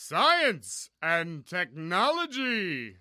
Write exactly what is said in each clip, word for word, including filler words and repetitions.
Science and Technology.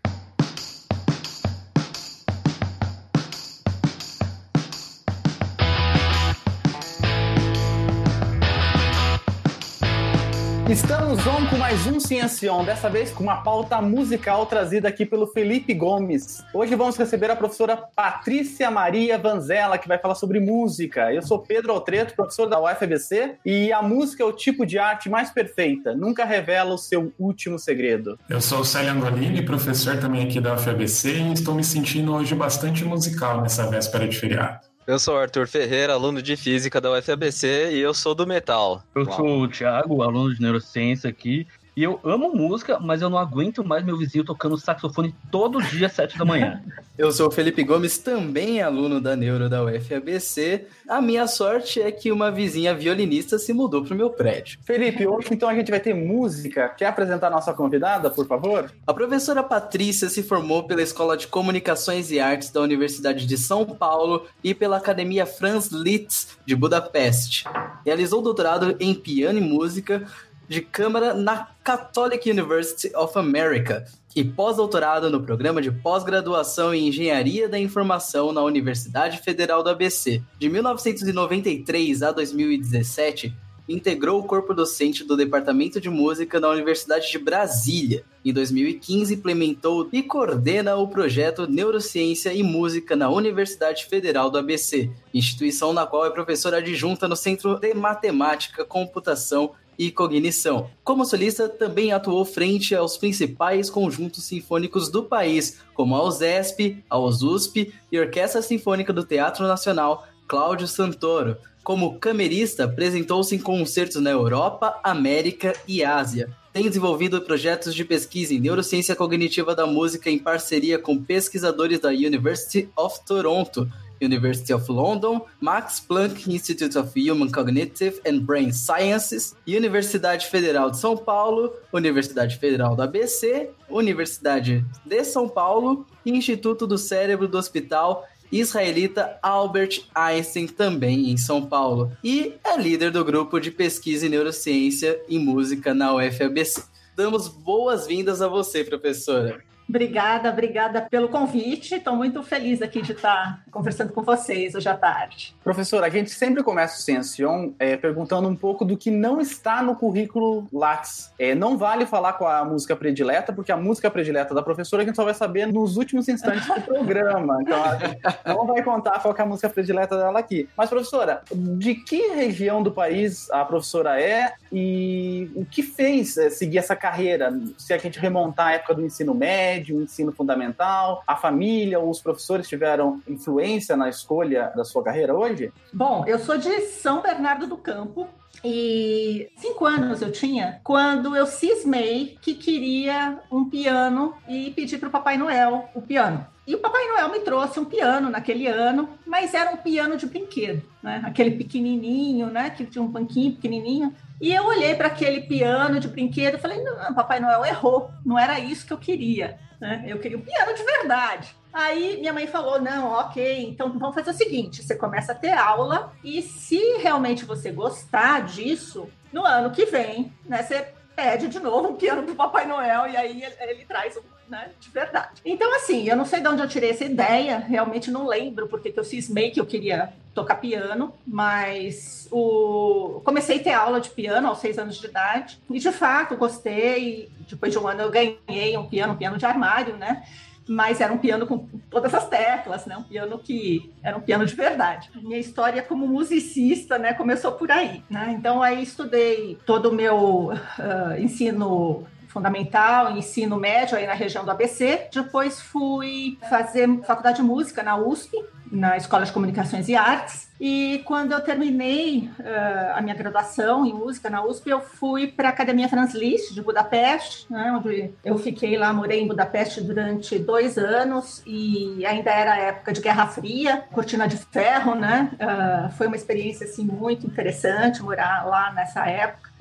Estamos on com mais um Ciência On, dessa vez com uma pauta musical trazida aqui pelo Felipe Gomes. Hoje vamos receber a professora Patrícia Maria Vanzella, que vai falar sobre música. Eu sou Pedro Altreto, professor da U F A B C, e a música é o tipo de arte mais perfeita, nunca revela o seu último segredo. Eu sou o Célio Angolini, professor também aqui da U F A B C, e estou me sentindo hoje bastante musical nessa véspera de feriado. Eu sou o Arthur Ferreira, aluno de Física da U F A B C, e eu sou do metal. Eu Uau. sou o Thiago, aluno de Neurociência aqui, e eu amo música, mas eu não aguento mais meu vizinho tocando saxofone todo dia às sete da manhã. Eu sou o Felipe Gomes, também aluno da Neuro da U F A B C. A minha sorte é que uma vizinha violinista se mudou pro meu prédio. Felipe, hoje então a gente vai ter música. Quer apresentar a nossa convidada, por favor? A professora Patrícia se formou pela Escola de Comunicações e Artes da Universidade de São Paulo e pela Academia Franz Liszt de Budapeste. Realizou doutorado em piano e música de câmara na Catholic University of America e pós-doutorado no programa de pós-graduação em Engenharia da Informação na Universidade Federal do A B C. De mil novecentos e noventa e três a dois mil e dezessete, integrou o corpo docente do Departamento de Música na Universidade de Brasília. Em dois mil e quinze, implementou e coordena o projeto Neurociência e Música na Universidade Federal do A B C, instituição na qual é professora adjunta no Centro de Matemática, Computação e Cognição. Como solista, também atuou frente aos principais conjuntos sinfônicos do país, como a USESP, a USUSP e a Orquestra Sinfônica do Teatro Nacional Cláudio Santoro. Como camerista, apresentou-se em concertos na Europa, América e Ásia. Tem desenvolvido projetos de pesquisa em neurociência cognitiva da música em parceria com pesquisadores da University of Toronto, University of London, Max Planck Institute of Human Cognitive and Brain Sciences, Universidade Federal de São Paulo, Universidade Federal da A B C, Universidade de São Paulo e Instituto do Cérebro do Hospital Israelita Albert Einstein, também em São Paulo. E é líder do grupo de pesquisa em neurociência e música na U F A B C. Damos boas-vindas a você, professora. Obrigada, obrigada pelo convite. Estou muito feliz aqui de estar conversando com vocês hoje à tarde. Professora, a gente sempre começa o Ciência On é, perguntando um pouco do que não está no currículo Lattes. É, não vale falar com a música predileta, porque a música predileta da professora a gente só vai saber nos últimos instantes do programa. Então a gente não vai contar qual que é a música predileta dela aqui. Mas, professora, de que região do país a professora é e o que fez é, seguir essa carreira? Se a gente remontar à época do ensino médio, o ensino fundamental, a família ou os professores tiveram influência na escolha da sua carreira hoje? Bom, eu sou de São Bernardo do Campo e cinco anos eu tinha quando eu cismei que queria um piano e pedi para o Papai Noel o piano. E o Papai Noel me trouxe um piano naquele ano, mas era um piano de brinquedo, né? Aquele pequenininho, né? Que tinha um banquinho pequenininho. E eu olhei para aquele piano de brinquedo e falei, não, Papai Noel errou, não era isso que eu queria, né? Eu queria um piano de verdade. Aí minha mãe falou, não, ok, então vamos fazer o seguinte, você começa a ter aula e se realmente você gostar disso, no ano que vem, né, você pede de novo um piano pro Papai Noel e aí ele, ele traz um, né, de verdade. Então, assim, eu não sei de onde eu tirei essa ideia, realmente não lembro porque que eu cismei que eu queria tocar piano, mas o... comecei a ter aula de piano aos seis anos de idade e, de fato, gostei. Depois de um ano eu ganhei um piano, um piano de armário, né? Mas era um piano com todas as teclas, né? Um piano que era um piano de verdade. Minha história como musicista, né, começou por aí, né? Então, aí estudei todo o meu uh, ensino fundamental, ensino médio aí na região do A B C. Depois fui fazer faculdade de música na U S P, na Escola de Comunicações e Artes. E quando eu terminei uh, a minha graduação em música na U S P, eu fui para a Academia Franz Liszt de Budapeste, né, onde eu fiquei lá, morei em Budapeste durante dois anos e ainda era época de Guerra Fria, cortina de ferro, né? Uh, foi uma experiência assim, muito interessante morar lá nessa época.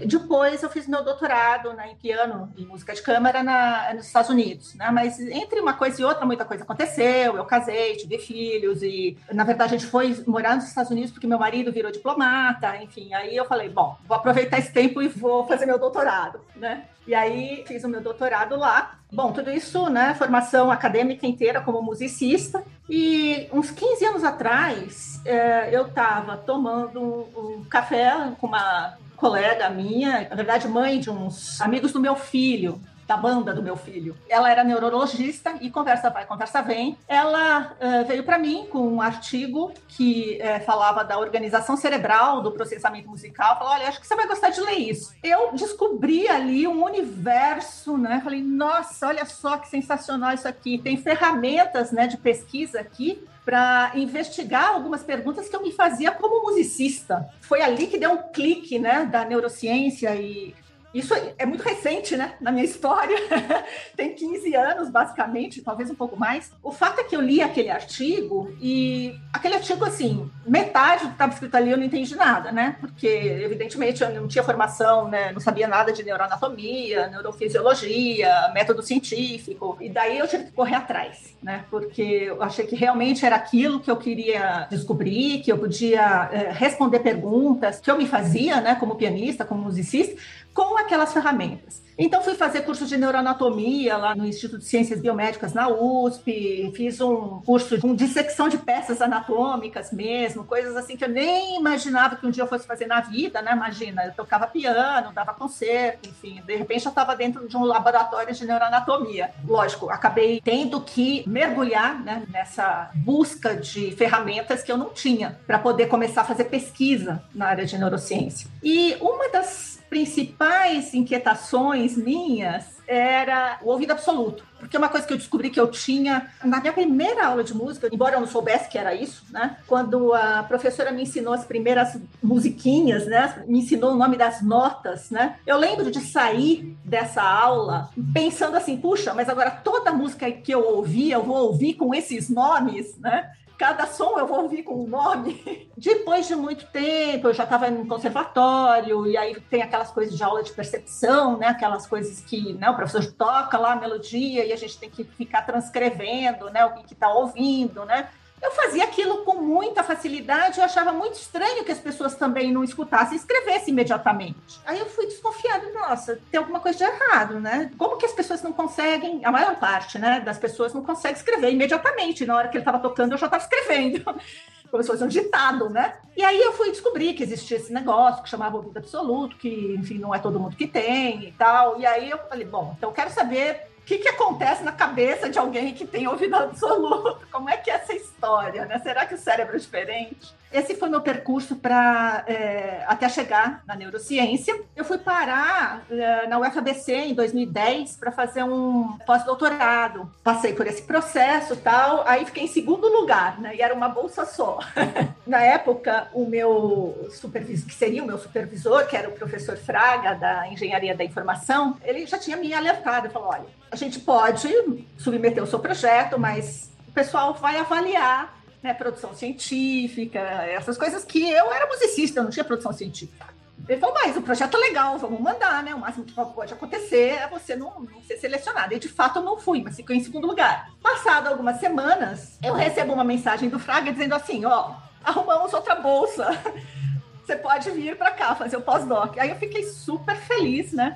Depois eu fiz meu doutorado, né, em piano e música de câmara na, nos Estados Unidos, né? Mas entre uma coisa e outra, muita coisa aconteceu. Eu casei, tive filhos e, na verdade, a gente foi morar nos Estados Unidos porque meu marido virou diplomata, enfim. Aí eu falei, bom, vou aproveitar esse tempo e vou fazer meu doutorado, né? E aí fiz o meu doutorado lá. Bom, tudo isso, né, formação acadêmica inteira como musicista. E uns quinze anos atrás, é, eu estava tomando um, um café com uma colega minha, na verdade mãe de uns amigos do meu filho, da banda do meu filho. Ela era neurologista e conversa vai, conversa vem. Ela uh, veio para mim com um artigo que uh, falava da organização cerebral, do processamento musical. Falou, olha, acho que você vai gostar de ler isso. Eu descobri ali um universo, né? Falei, nossa, olha só que sensacional isso aqui. Tem ferramentas, né, de pesquisa aqui para investigar algumas perguntas que eu me fazia como musicista. Foi ali que deu um clique, né, da neurociência e isso é muito recente, né, na minha história. Tem quinze anos, basicamente, talvez um pouco mais. O fato é que eu li aquele artigo e aquele artigo, assim, metade do que estava escrito ali eu não entendi nada, né? Porque, evidentemente, eu não tinha formação, né? Não sabia nada de neuroanatomia, neurofisiologia, método científico. E daí eu tive que correr atrás, né? Porque eu achei que realmente era aquilo que eu queria descobrir, que eu podia é, responder perguntas que eu me fazia, né? Como pianista, como musicista, com aquelas ferramentas. Então, fui fazer curso de neuroanatomia lá no Instituto de Ciências Biomédicas na U S P, fiz um curso de dissecção de peças anatômicas mesmo, coisas assim que eu nem imaginava que um dia eu fosse fazer na vida, né? Imagina, eu tocava piano, dava concerto, enfim, de repente eu estava dentro de um laboratório de neuroanatomia. Lógico, acabei tendo que mergulhar, né, nessa busca de ferramentas que eu não tinha para poder começar a fazer pesquisa na área de neurociência. E uma das principais inquietações minhas era o ouvido absoluto, porque uma coisa que eu descobri que eu tinha na minha primeira aula de música, embora eu não soubesse que era isso, né? Quando a professora me ensinou as primeiras musiquinhas, né? Me ensinou o nome das notas, né? Eu lembro de sair dessa aula pensando assim, puxa, mas agora toda música que eu ouvi, eu vou ouvir com esses nomes, né? Cada som eu vou ouvir com um nome. Depois de muito tempo, eu já estava no conservatório, e aí tem aquelas coisas de aula de percepção, né? Aquelas coisas que, né, o professor toca lá a melodia e a gente tem que ficar transcrevendo, né, o que está ouvindo, né? Eu fazia aquilo com muita facilidade, eu achava muito estranho que as pessoas também não escutassem e escrevessem imediatamente. Aí eu fui desconfiada, nossa, tem alguma coisa de errado, né? Como que as pessoas não conseguem, a maior parte, né, das pessoas não consegue escrever imediatamente, na hora que ele estava tocando eu já estava escrevendo. Como se fosse um ditado, né? E aí eu fui descobrir que existia esse negócio que chamava ouvido absoluto, que, enfim, não é todo mundo que tem e tal. E aí eu falei, bom, então eu quero saber o que, que acontece na cabeça de alguém que tem ouvido absoluto? Como é que é essa história, né? Será que o cérebro é diferente? Esse foi meu percurso para é, até chegar na neurociência. Eu fui parar é, na U F A B C em dois mil e dez para fazer um pós-doutorado. Passei por esse processo e tal, aí fiquei em segundo lugar, né? E era uma bolsa só. Na época, o meu supervisor, que seria o meu supervisor, que era o professor Fraga, da Engenharia da Informação, ele já tinha me alertado e falou, olha, a gente pode submeter o seu projeto, mas o pessoal vai avaliar, né, produção científica, essas coisas que eu era musicista, eu não tinha produção científica. Ele falou, mas o projeto é legal, vamos mandar, né? O máximo que pode acontecer é você não, não ser selecionado. E de fato eu não fui, mas fiquei em segundo lugar. Passado algumas semanas, eu recebo uma mensagem do Fraga dizendo assim, ó, arrumamos outra bolsa. Você pode vir para cá fazer o pós-doc. Aí eu fiquei super feliz, né?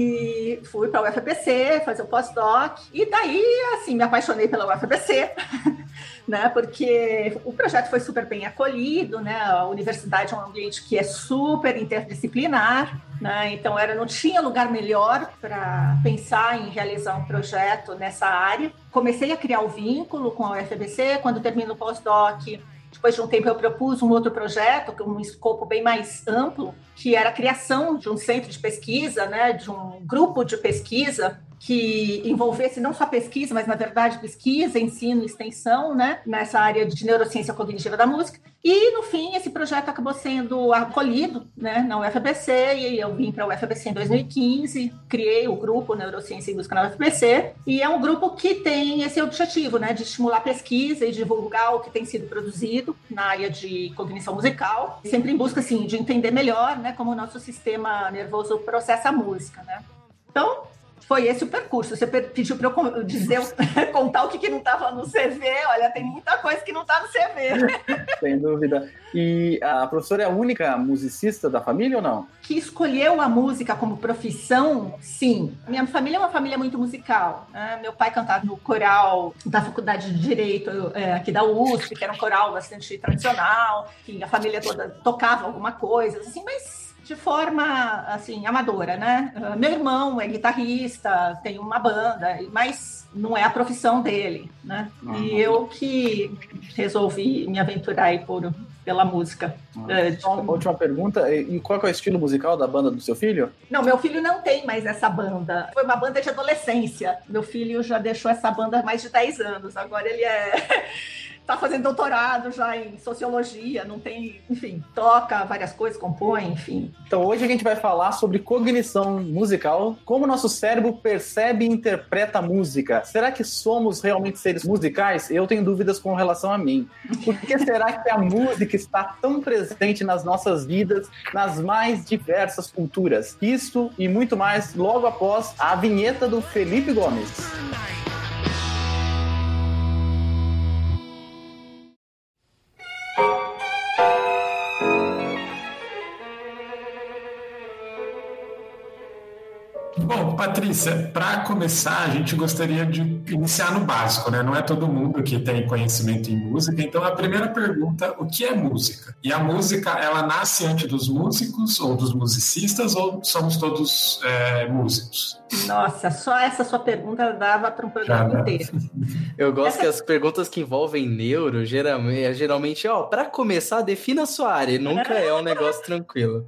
E fui para a U F A B C fazer o pós-doc. E daí, assim, me apaixonei pela U F A B C, né? Porque o projeto foi super bem acolhido, né? A universidade é um ambiente que é super interdisciplinar, né? Então, era, não tinha lugar melhor para pensar em realizar um projeto nessa área. Comecei a criar o vínculo com a U F A B C. Quando termino o pós-doc, depois de um tempo eu propus um outro projeto, com um escopo bem mais amplo, que era a criação de um centro de pesquisa, né, de um grupo de pesquisa que envolvesse não só pesquisa, mas, na verdade, pesquisa, ensino e extensão, né, nessa área de neurociência cognitiva da música. E, no fim, esse projeto acabou sendo acolhido, né, na U F A B C, e eu vim para a U F A B C em dois mil e quinze, criei o grupo Neurociência e Música na U F A B C, e é um grupo que tem esse objetivo, né, de estimular a pesquisa e divulgar o que tem sido produzido na área de cognição musical, sempre em busca, assim, de entender melhor, né, como o nosso sistema nervoso processa a música, né. Então, foi esse o percurso. Você pediu para eu dizer, contar o que, que não estava no C V. Olha, tem muita coisa que não está no C V. Sem dúvida. E a professora é a única musicista da família ou não? Que escolheu a música como profissão, sim. Minha família é uma família muito musical, né? Meu pai cantava no coral da Faculdade de Direito é, aqui da U S P, que era um coral bastante tradicional, que a família toda tocava alguma coisa, assim, mas de forma, assim, amadora, né? Uh, meu irmão é guitarrista, tem uma banda, mas não é a profissão dele, né? Uhum. E eu que resolvi me aventurar aí por, pela música. Uhum. É, tipo... Última pergunta, e qual é o estilo musical da banda do seu filho? Não, meu filho não tem mais essa banda. Foi uma banda de adolescência. Meu filho já deixou essa banda há mais de dez anos. Agora ele é... tá fazendo doutorado já em sociologia, não tem, enfim, toca várias coisas, compõe, enfim. Então hoje a gente vai falar sobre cognição musical, como nosso cérebro percebe e interpreta a música. Será que somos realmente seres musicais? Eu tenho dúvidas com relação a mim. Por que será que a música está tão presente nas nossas vidas, nas mais diversas culturas? Isso e muito mais logo após a vinheta do Felipe Gomes. Bom, Patrícia, para começar, a gente gostaria de iniciar no básico, né? Não é todo mundo que tem conhecimento em música, então a primeira pergunta, o que é música? E a música, ela nasce antes dos músicos ou dos musicistas ou somos todos é, músicos? Nossa, só essa sua pergunta dava para um programa Já, inteiro. Eu gosto essa... que as perguntas que envolvem neuro, geralmente, geralmente ó, para começar, defina a sua área, nunca é um negócio tranquilo.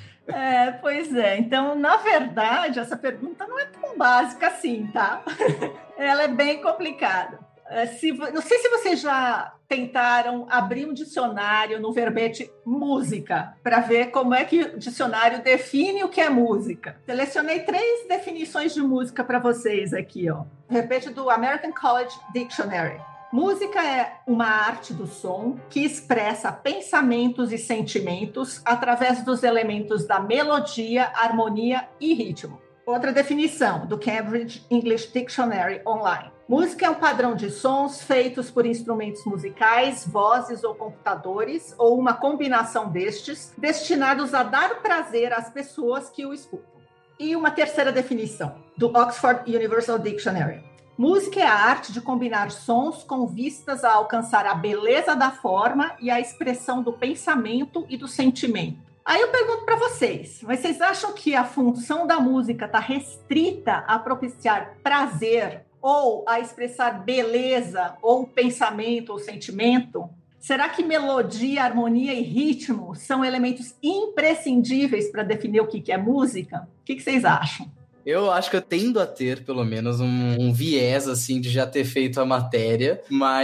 É, pois é. Então, na verdade, essa pergunta não é tão básica assim, tá? Ela é bem complicada. É, se, não sei se vocês já tentaram abrir um dicionário no verbete música para ver como é que o dicionário define o que é música. Selecionei três definições de música para vocês aqui, ó. Verbete do American College Dictionary. Música é uma arte do som que expressa pensamentos e sentimentos através dos elementos da melodia, harmonia e ritmo. Outra definição, do Cambridge English Dictionary Online. Música é um padrão de sons feitos por instrumentos musicais, vozes ou computadores, ou uma combinação destes, destinados a dar prazer às pessoas que o escutam. E uma terceira definição, do Oxford Universal Dictionary. Música é a arte de combinar sons com vistas a alcançar a beleza da forma e a expressão do pensamento e do sentimento. Aí eu pergunto para vocês, mas vocês acham que a função da música está restrita a propiciar prazer ou a expressar beleza ou pensamento ou sentimento? Será que melodia, harmonia e ritmo são elementos imprescindíveis para definir o que é música? O que vocês acham? Eu acho que eu tendo a ter, pelo menos, um, um viés, assim, de já ter feito a matéria,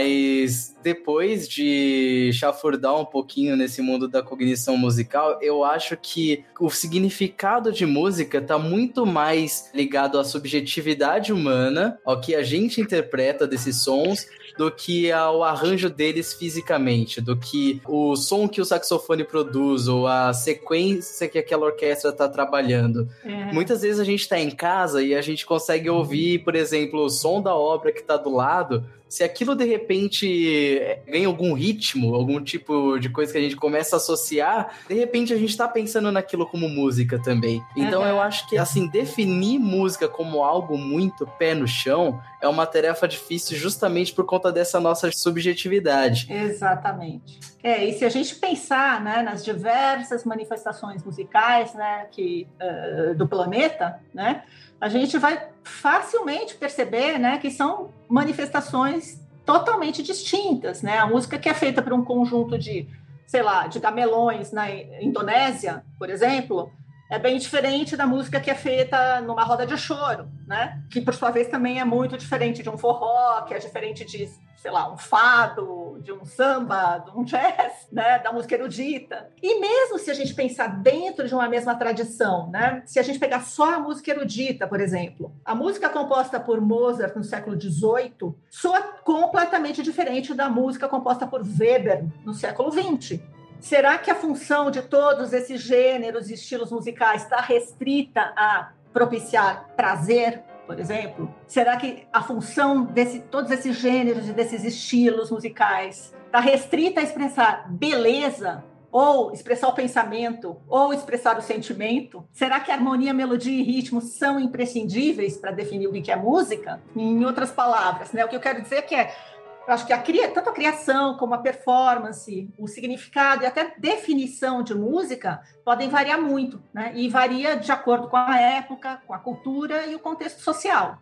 mas depois de chafurdar um pouquinho nesse mundo da cognição musical, eu acho que o significado de música tá muito mais ligado à subjetividade humana, ao que a gente interpreta desses sons, do que ao arranjo deles fisicamente, do que o som que o saxofone produz ou a sequência que aquela orquestra está trabalhando. É. Muitas vezes a gente está em casa e a gente consegue ouvir, por exemplo, o som da obra que está do lado. Se aquilo de repente ganha algum ritmo, algum tipo de coisa que a gente começa a associar, de repente a gente está pensando naquilo como música também. Então uhum. eu acho que, assim, definir música como algo muito pé no chão é uma tarefa difícil justamente por conta dessa nossa subjetividade. Exatamente. É, e se a gente pensar, né, nas diversas manifestações musicais, né, que, uh, do planeta, né, a gente vai facilmente perceber, né, que são manifestações totalmente distintas, né? A música que é feita por um conjunto de, sei lá, de gamelões na Indonésia, por exemplo, É bem diferente da música que é feita numa roda de choro, né? Que, por sua vez, também é muito diferente de um forró, que é diferente de, sei lá, um fado, de um samba, de um jazz, né? Da música erudita. E mesmo se a gente pensar dentro de uma mesma tradição, né? Se a gente pegar só a música erudita, por exemplo, a música composta por Mozart no século dezoito soa completamente diferente da música composta por Weber no século vinte. Será que a função de todos esses gêneros e estilos musicais está restrita a propiciar prazer, por exemplo? Será que a função de todos esses gêneros e desses estilos musicais está restrita a expressar beleza, ou expressar o pensamento, ou expressar o sentimento? Será que harmonia, melodia e ritmo são imprescindíveis para definir o que é música? Em outras palavras, né? O que eu quero dizer é que é Eu acho que a, tanto a criação como a performance, o significado e até definição de música podem variar muito, né? E varia de acordo com a época, com a cultura e o contexto social.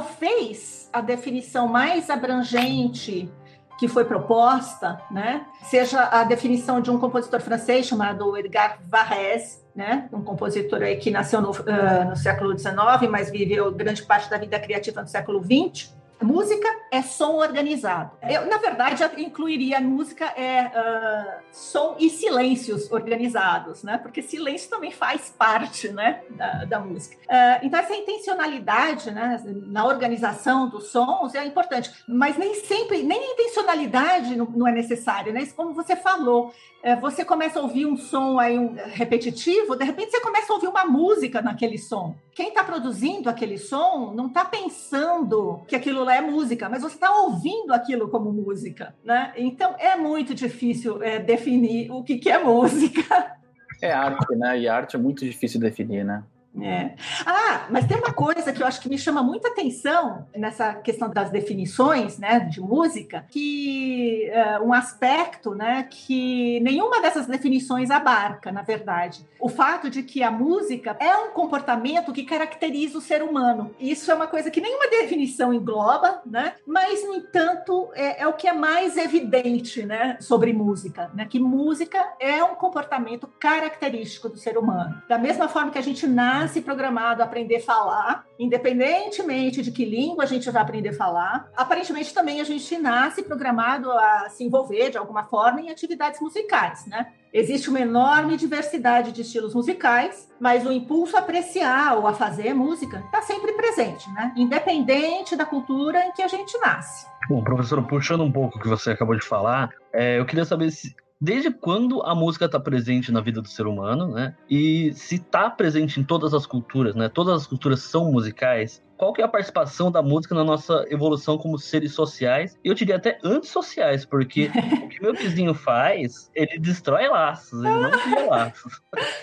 Talvez a definição mais abrangente que foi proposta, né, seja a definição de um compositor francês chamado Edgar Varèse, né, um compositor aí que nasceu no, uh, no século dezenove, mas viveu grande parte da vida criativa no século vinte. Música é som organizado. Eu, na verdade, eu incluiria a música é uh, som e silêncios organizados, né? Porque silêncio também faz parte, né, da, da música. Uh, então, essa intencionalidade, né, na organização dos sons é importante, mas nem sempre, nem a intencionalidade não, não é necessária, né? Isso, como você falou, uh, você começa a ouvir um som aí, um, repetitivo, de repente você começa a ouvir uma música naquele som. Quem está produzindo aquele som não está pensando que aquilo lá é música, mas você está ouvindo aquilo como música, né? Então, é muito difícil é, definir o que, que é música. É arte, né? E arte é muito difícil de definir, né? É. Ah, mas tem uma coisa que eu acho que me chama muita atenção nessa questão das definições, né, de música, que é, um aspecto, né, que nenhuma dessas definições abarca, na verdade. O fato de que a música é um comportamento que caracteriza o ser humano. Isso é uma coisa que nenhuma definição engloba, né, mas, no entanto, é, é o que é mais evidente, né, sobre música, né, que música é um comportamento característico do ser humano. Da mesma forma que a gente nasce programado a aprender a falar, independentemente de que língua a gente vai aprender a falar, aparentemente também a gente nasce programado a se envolver de alguma forma em atividades musicais, né? Existe uma enorme diversidade de estilos musicais, mas o impulso a apreciar ou a fazer música está sempre presente, né? Independente da cultura em que a gente nasce. Bom, professora, puxando um pouco o que você acabou de falar, é, eu queria saber se desde quando a música está presente na vida do ser humano, né? E se está presente em todas as culturas, né? Todas as culturas são musicais. Qual que é a participação da música na nossa evolução como seres sociais? Eu diria até antissociais, porque o que meu vizinho faz, ele destrói laços, ele não cria laços.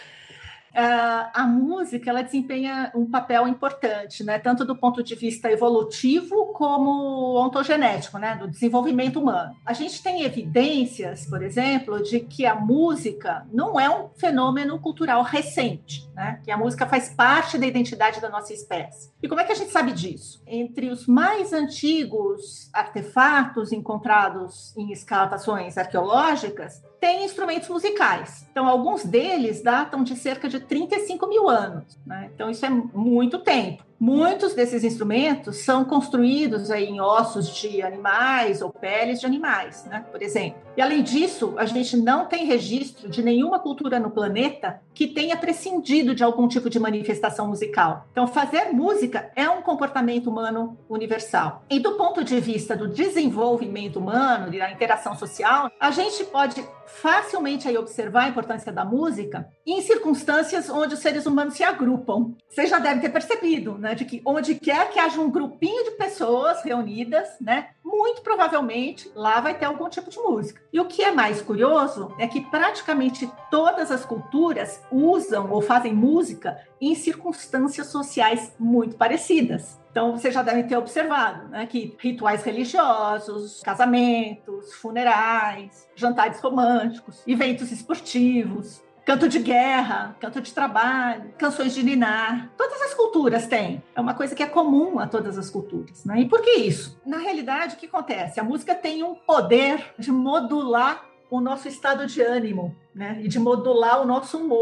Uh, a música, ela desempenha um papel importante, né? Tanto do ponto de vista evolutivo como ontogenético, né? Do desenvolvimento humano. A gente tem evidências, por exemplo, de que a música não é um fenômeno cultural recente, né? Que a música faz parte da identidade da nossa espécie. E como é que a gente sabe disso? Entre os mais antigos artefatos encontrados em escavações arqueológicas, tem instrumentos musicais. Então, alguns deles datam de cerca de trinta e cinco mil anos, né? Então, isso é muito tempo. Muitos desses instrumentos são construídos aí em ossos de animais ou peles de animais, né? Por exemplo. E, além disso, a gente não tem registro de nenhuma cultura no planeta que tenha prescindido de algum tipo de manifestação musical. Então, fazer música é um comportamento humano universal. E, do ponto de vista do desenvolvimento humano e da interação social, a gente pode facilmente aí observar a importância da música em circunstâncias onde os seres humanos se agrupam. Você já deve ter percebido, né, de que onde quer que haja um grupinho de pessoas reunidas, né, muito provavelmente lá vai ter algum tipo de música. E o que é mais curioso é que praticamente todas as culturas usam ou fazem música em circunstâncias sociais muito parecidas. Então, vocês já devem ter observado, né, que rituais religiosos, casamentos, funerais, jantares românticos, eventos esportivos, canto de guerra, canto de trabalho, canções de ninar. Todas as culturas têm. É uma coisa que é comum a todas as culturas, né? E por que isso? Na realidade, o que acontece? A música tem um poder de modular o nosso estado de ânimo, né? E de modular o nosso humor.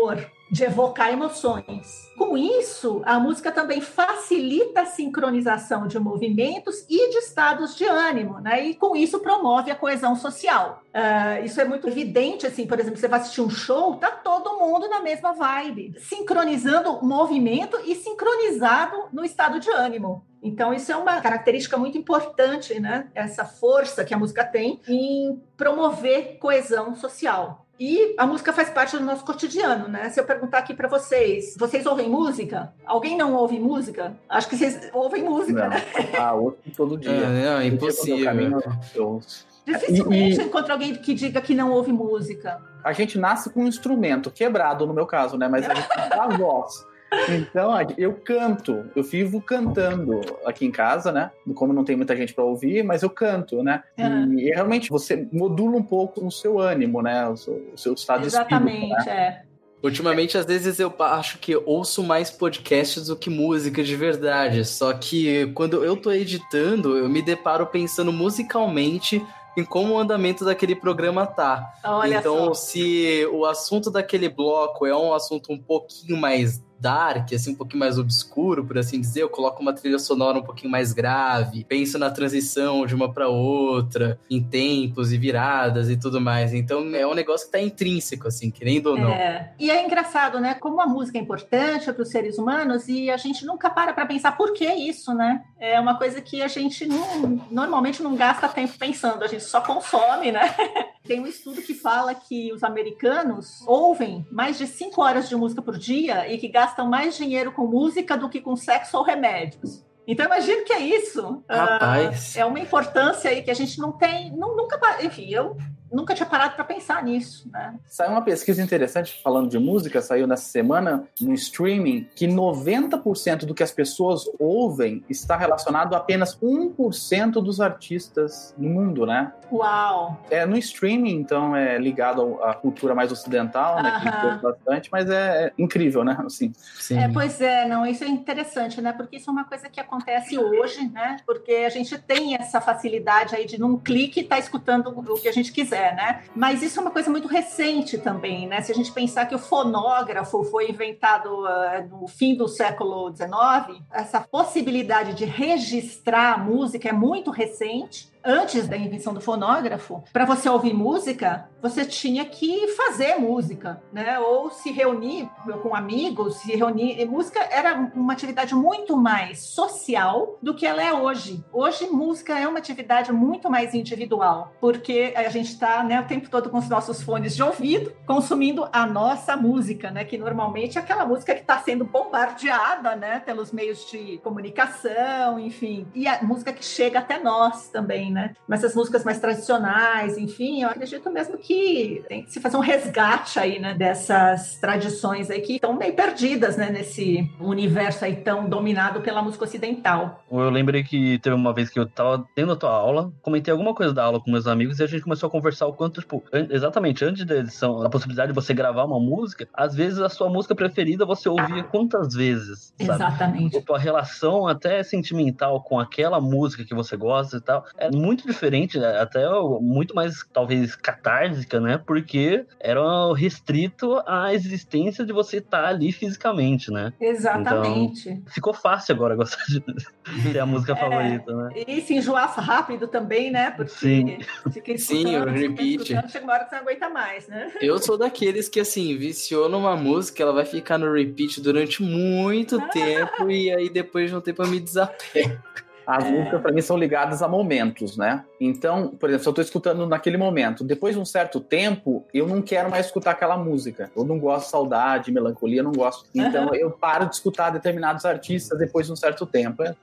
de evocar emoções. Com isso, a música também facilita a sincronização de movimentos e de estados de ânimo, né? E com isso promove a coesão social. Uh, isso é muito evidente, assim, por exemplo, você vai assistir um show, tá todo mundo na mesma vibe, sincronizando o movimento e sincronizado no estado de ânimo. Então, isso é uma característica muito importante, né? Essa força que a música tem em promover coesão social. E a música faz parte do nosso cotidiano, né? Se eu perguntar aqui para vocês, vocês ouvem música? Alguém não ouve música? Acho que vocês ouvem música, não. né? Ah, ouço todo dia. É, não, é impossível. Caminho, eu... Dificilmente e, e... encontro alguém que diga que não ouve música. A gente nasce com um instrumento quebrado, no meu caso, né? Mas a gente dá a voz. Então, eu canto, eu vivo cantando aqui em casa, né? Como não tem muita gente para ouvir, mas eu canto, né? Uhum. E, e realmente você modula um pouco o seu ânimo, né? O seu, o seu estado Exatamente, de espírito. Exatamente, né? é. Ultimamente, às vezes, eu acho que ouço mais podcasts do que música de verdade. Só que quando eu tô editando, eu me deparo pensando musicalmente em como o andamento daquele programa tá. Olha então, só. Se o assunto daquele bloco é um assunto um pouquinho mais dark, assim, um pouquinho mais obscuro, por assim dizer, eu coloco uma trilha sonora um pouquinho mais grave, penso na transição de uma para outra, em tempos e viradas e tudo mais. Então é um negócio que tá intrínseco, assim, querendo ou não. É. E é engraçado, né? Como a música é importante para os seres humanos e a gente nunca para para pensar por que isso, né? É uma coisa que a gente não, normalmente não gasta tempo pensando, a gente só consome, né? Tem um estudo que fala que os americanos ouvem mais de cinco horas de música por dia e que gastam mais dinheiro com música do que com sexo ou remédios. Então, imagino que é isso. Rapaz. Uh, é uma importância aí que a gente não tem... Não, nunca, enfim, eu nunca tinha parado para pensar nisso, né? Saiu uma pesquisa interessante falando de música, saiu nessa semana no streaming, que noventa por cento do que as pessoas ouvem está relacionado a apenas um por cento dos artistas no mundo, né? Uau! É no streaming, então é ligado à cultura mais ocidental, né? Que gosta bastante, mas é, é incrível, né? Assim. Sim. É, pois é, não, isso é interessante, né? Porque isso é uma coisa que acontece hoje, né? Porque a gente tem essa facilidade aí de num clique estar tá escutando o que a gente quiser. Né? Mas isso é uma coisa muito recente também, né? Se a gente pensar que o fonógrafo foi inventado uh, no fim do século dezenove, essa possibilidade de registrar a música é muito recente. Antes da invenção do fonógrafo, para você ouvir música, você tinha que fazer música, né? Ou se reunir com amigos, se reunir. E música era uma atividade muito mais social do que ela é hoje. Hoje, música é uma atividade muito mais individual, porque a gente está, né, o tempo todo com os nossos fones de ouvido, consumindo a nossa música, né? Que normalmente é aquela música que está sendo bombardeada, né? Pelos meios de comunicação, enfim. E a música que chega até nós também, né? Mas essas músicas mais tradicionais, enfim, eu acredito mesmo que tem que se fazer um resgate aí, né, dessas tradições aí que estão meio perdidas, né, nesse universo aí tão dominado pela música ocidental. Eu lembrei que teve uma vez que eu tava tendo a tua aula, comentei alguma coisa da aula com meus amigos e a gente começou a conversar o quanto, tipo, an- exatamente antes da edição, a possibilidade de você gravar uma música, às vezes a sua música preferida você ouvia quantas vezes, sabe? Exatamente. A tua relação até sentimental com aquela música que você gosta e tal, é muito diferente, até muito mais, talvez, catártica, né? Porque era restrito à existência de você estar ali fisicamente, né? Exatamente. Então, ficou fácil agora gostar de ter a música é, favorita, né? E se enjoar rápido também, né? Porque Sim, fica Sim, o repeat. Chega uma hora que você não aguenta mais, né? Eu sou daqueles que, assim, viciou numa música, ela vai ficar no repeat durante muito ah. tempo e aí depois de um tempo eu me desapego. As é. músicas, para mim, são ligadas a momentos, né? Então, por exemplo, se eu tô escutando naquele momento, depois de um certo tempo, eu não quero mais escutar aquela música. Eu não gosto de saudade, melancolia, eu não gosto. Então, uhum. eu paro de escutar determinados artistas depois de um certo tempo. É.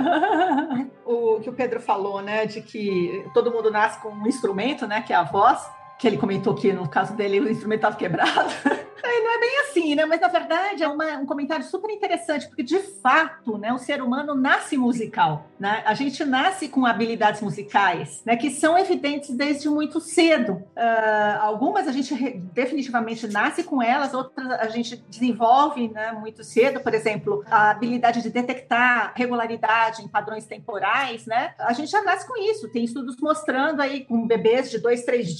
Uhum. O que o Pedro falou, né, de que todo mundo nasce com um instrumento, né, que é a voz, que ele comentou que, no caso dele, o instrumento estava quebrado. Não é bem assim, né? Mas, na verdade, é uma, um comentário super interessante, porque, de fato, né, o ser humano nasce musical, né? A gente nasce com habilidades musicais, né, que são evidentes desde muito cedo. Uh, algumas a gente re- definitivamente nasce com elas, outras a gente desenvolve, né, muito cedo. Por exemplo, a habilidade de detectar regularidade em padrões temporais, né? A gente já nasce com isso. Tem estudos mostrando aí com bebês de dois, três dias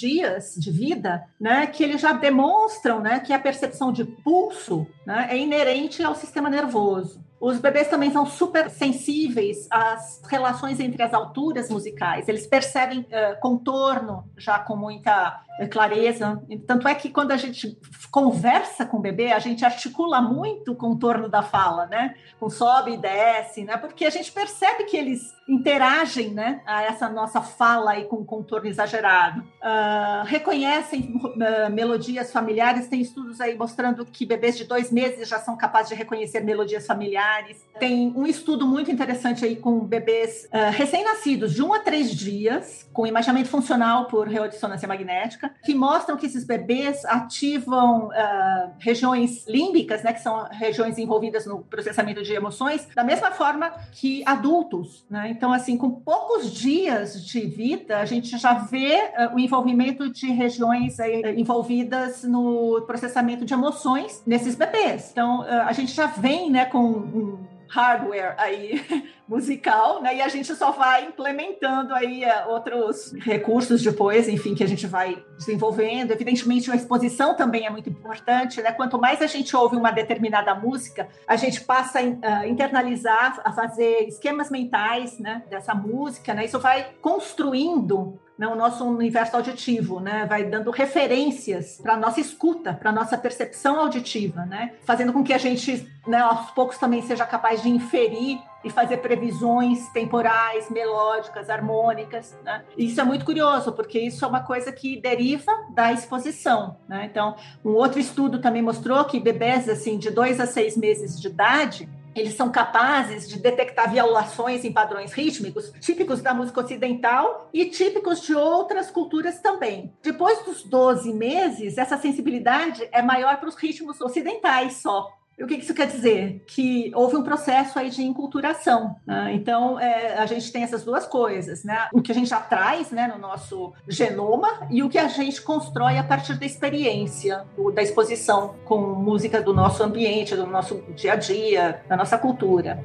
dias de vida, né, que eles já demonstram, né, que a percepção de pulso, né, é inerente ao sistema nervoso. Os bebês também são super sensíveis às relações entre as alturas musicais. Eles percebem uh, contorno já com muita uh, clareza. Tanto é que quando a gente conversa com o bebê, a gente articula muito o contorno da fala, né? Com sobe e desce, né? Porque a gente percebe que eles interagem, né, a essa nossa fala aí com contorno exagerado. Uh, reconhecem uh, melodias familiares. Tem estudos aí mostrando que bebês de dois meses já são capazes de reconhecer melodias familiares. Tem um estudo muito interessante aí com bebês uh, recém-nascidos de um a três dias, com imaginamento funcional por reodissonância magnética, que mostram que esses bebês ativam uh, regiões límbicas, né, que são regiões envolvidas no processamento de emoções, da mesma forma que adultos, né? Então, assim, com poucos dias de vida, a gente já vê uh, o envolvimento de regiões aí, uh, envolvidas no processamento de emoções nesses bebês. Então, uh, a gente já vem, né, com um hardware aí musical, né? E a gente só vai implementando aí uh, outros recursos depois, enfim, que a gente vai desenvolvendo. Evidentemente, a exposição também é muito importante, né? Quanto mais a gente ouve uma determinada música, a gente passa a uh, internalizar, a fazer esquemas mentais, né, dessa música, né? Isso vai construindo, né, o nosso universo auditivo, né, vai dando referências para a nossa escuta, para a nossa percepção auditiva, né, fazendo com que a gente, né, aos poucos também seja capaz de inferir e fazer previsões temporais, melódicas, harmônicas, né? Isso é muito curioso, porque isso é uma coisa que deriva da exposição, né? Então, um outro estudo também mostrou que bebês assim, de dois a seis meses de idade, eles são capazes de detectar violações em padrões rítmicos típicos da música ocidental e típicos de outras culturas também. Depois dos doze meses, essa sensibilidade é maior para os ritmos ocidentais só. E o que isso quer dizer? Que houve um processo aí de enculturação, né? Então, é, a gente tem essas duas coisas, né? O que a gente já traz, né, no nosso genoma e o que a gente constrói a partir da experiência, do, da exposição com música do nosso ambiente, do nosso dia a dia, da nossa cultura.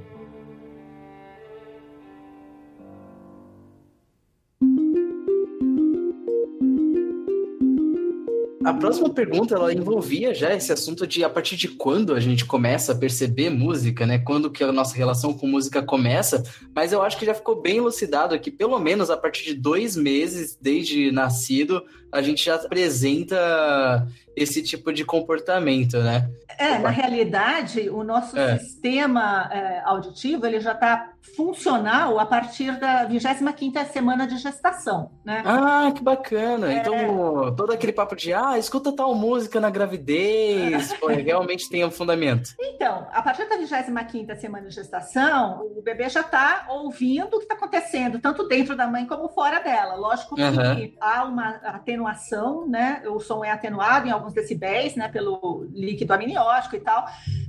A próxima pergunta, ela envolvia já esse assunto de a partir de quando a gente começa a perceber música, né? Quando que a nossa relação com música começa, mas eu acho que já ficou bem elucidado que pelo menos a partir de dois meses, desde nascido, a gente já apresenta esse tipo de comportamento, né? É, na realidade, o nosso é. sistema é, auditivo, ele já está funcional a partir da vigésima quinta semana de gestação, né? Ah, que bacana! É... Então, todo aquele papo de, ah, escuta tal música na gravidez, pô, realmente tem um fundamento. Então, a partir da vigésima quinta semana de gestação, o bebê já está ouvindo o que está acontecendo, tanto dentro da mãe como fora dela. Lógico que uhum. há uma atenuação, né? O som é atenuado em alguns decibéis, né? Pelo líquido amniótico e tal,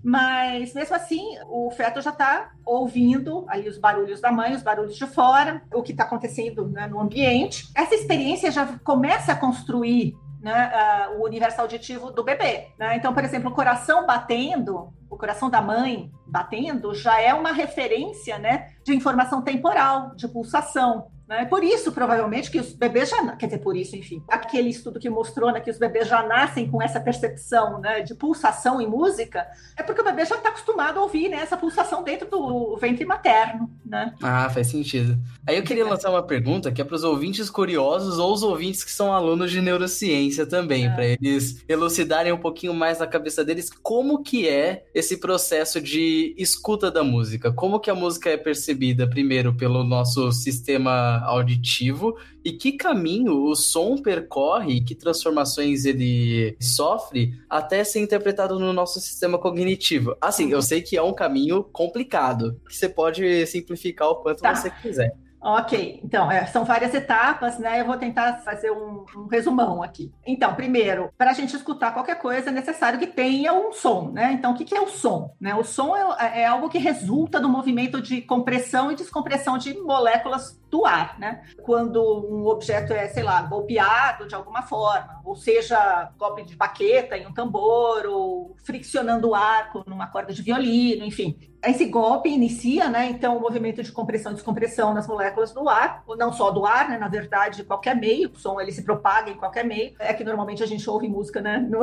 mas mesmo assim, o feto já está ouvindo ali os barulhos da mãe, os barulhos de fora, o que está acontecendo, né, no ambiente. Essa experiência já começa a construir, né, uh, o universo auditivo do bebê, né? Então, por exemplo, o coração batendo, o coração da mãe batendo, já é uma referência, né, de informação temporal, de pulsação. Né? Por isso, provavelmente, que os bebês já... Quer dizer, por isso, enfim. Aquele estudo que mostrou, né, que os bebês já nascem com essa percepção, né, de pulsação em música, é porque o bebê já está acostumado a ouvir, né, essa pulsação dentro do ventre materno. Né? Ah, faz sentido. Aí eu queria lançar uma pergunta que é para os ouvintes curiosos ou os ouvintes que são alunos de neurociência também, é. para eles elucidarem um pouquinho mais na cabeça deles como que é esse processo de escuta da música. Como que a música é percebida, primeiro, pelo nosso sistema auditivo e que caminho o som percorre, que transformações ele sofre até ser interpretado no nosso sistema cognitivo. Assim, eu sei que é um caminho complicado, que você pode simplificar o quanto tá. você quiser. Ok, então, é, são várias etapas, né? Eu vou tentar fazer um, um resumão aqui. Então, primeiro, para a gente escutar qualquer coisa, é necessário que tenha um som, né? Então, o que, que é o som? Né? O som é, é algo que resulta do movimento de compressão e descompressão de moléculas do ar, né? Quando um objeto é, sei lá, golpeado de alguma forma, ou seja, golpe de baqueta em um tambor, ou friccionando o ar com uma corda de violino, enfim. esse golpe inicia, né, então, o movimento de compressão e descompressão nas moléculas do ar, ou não só do ar, né, na verdade, de qualquer meio, o som ele se propaga em qualquer meio, é que normalmente a gente ouve música, né, no,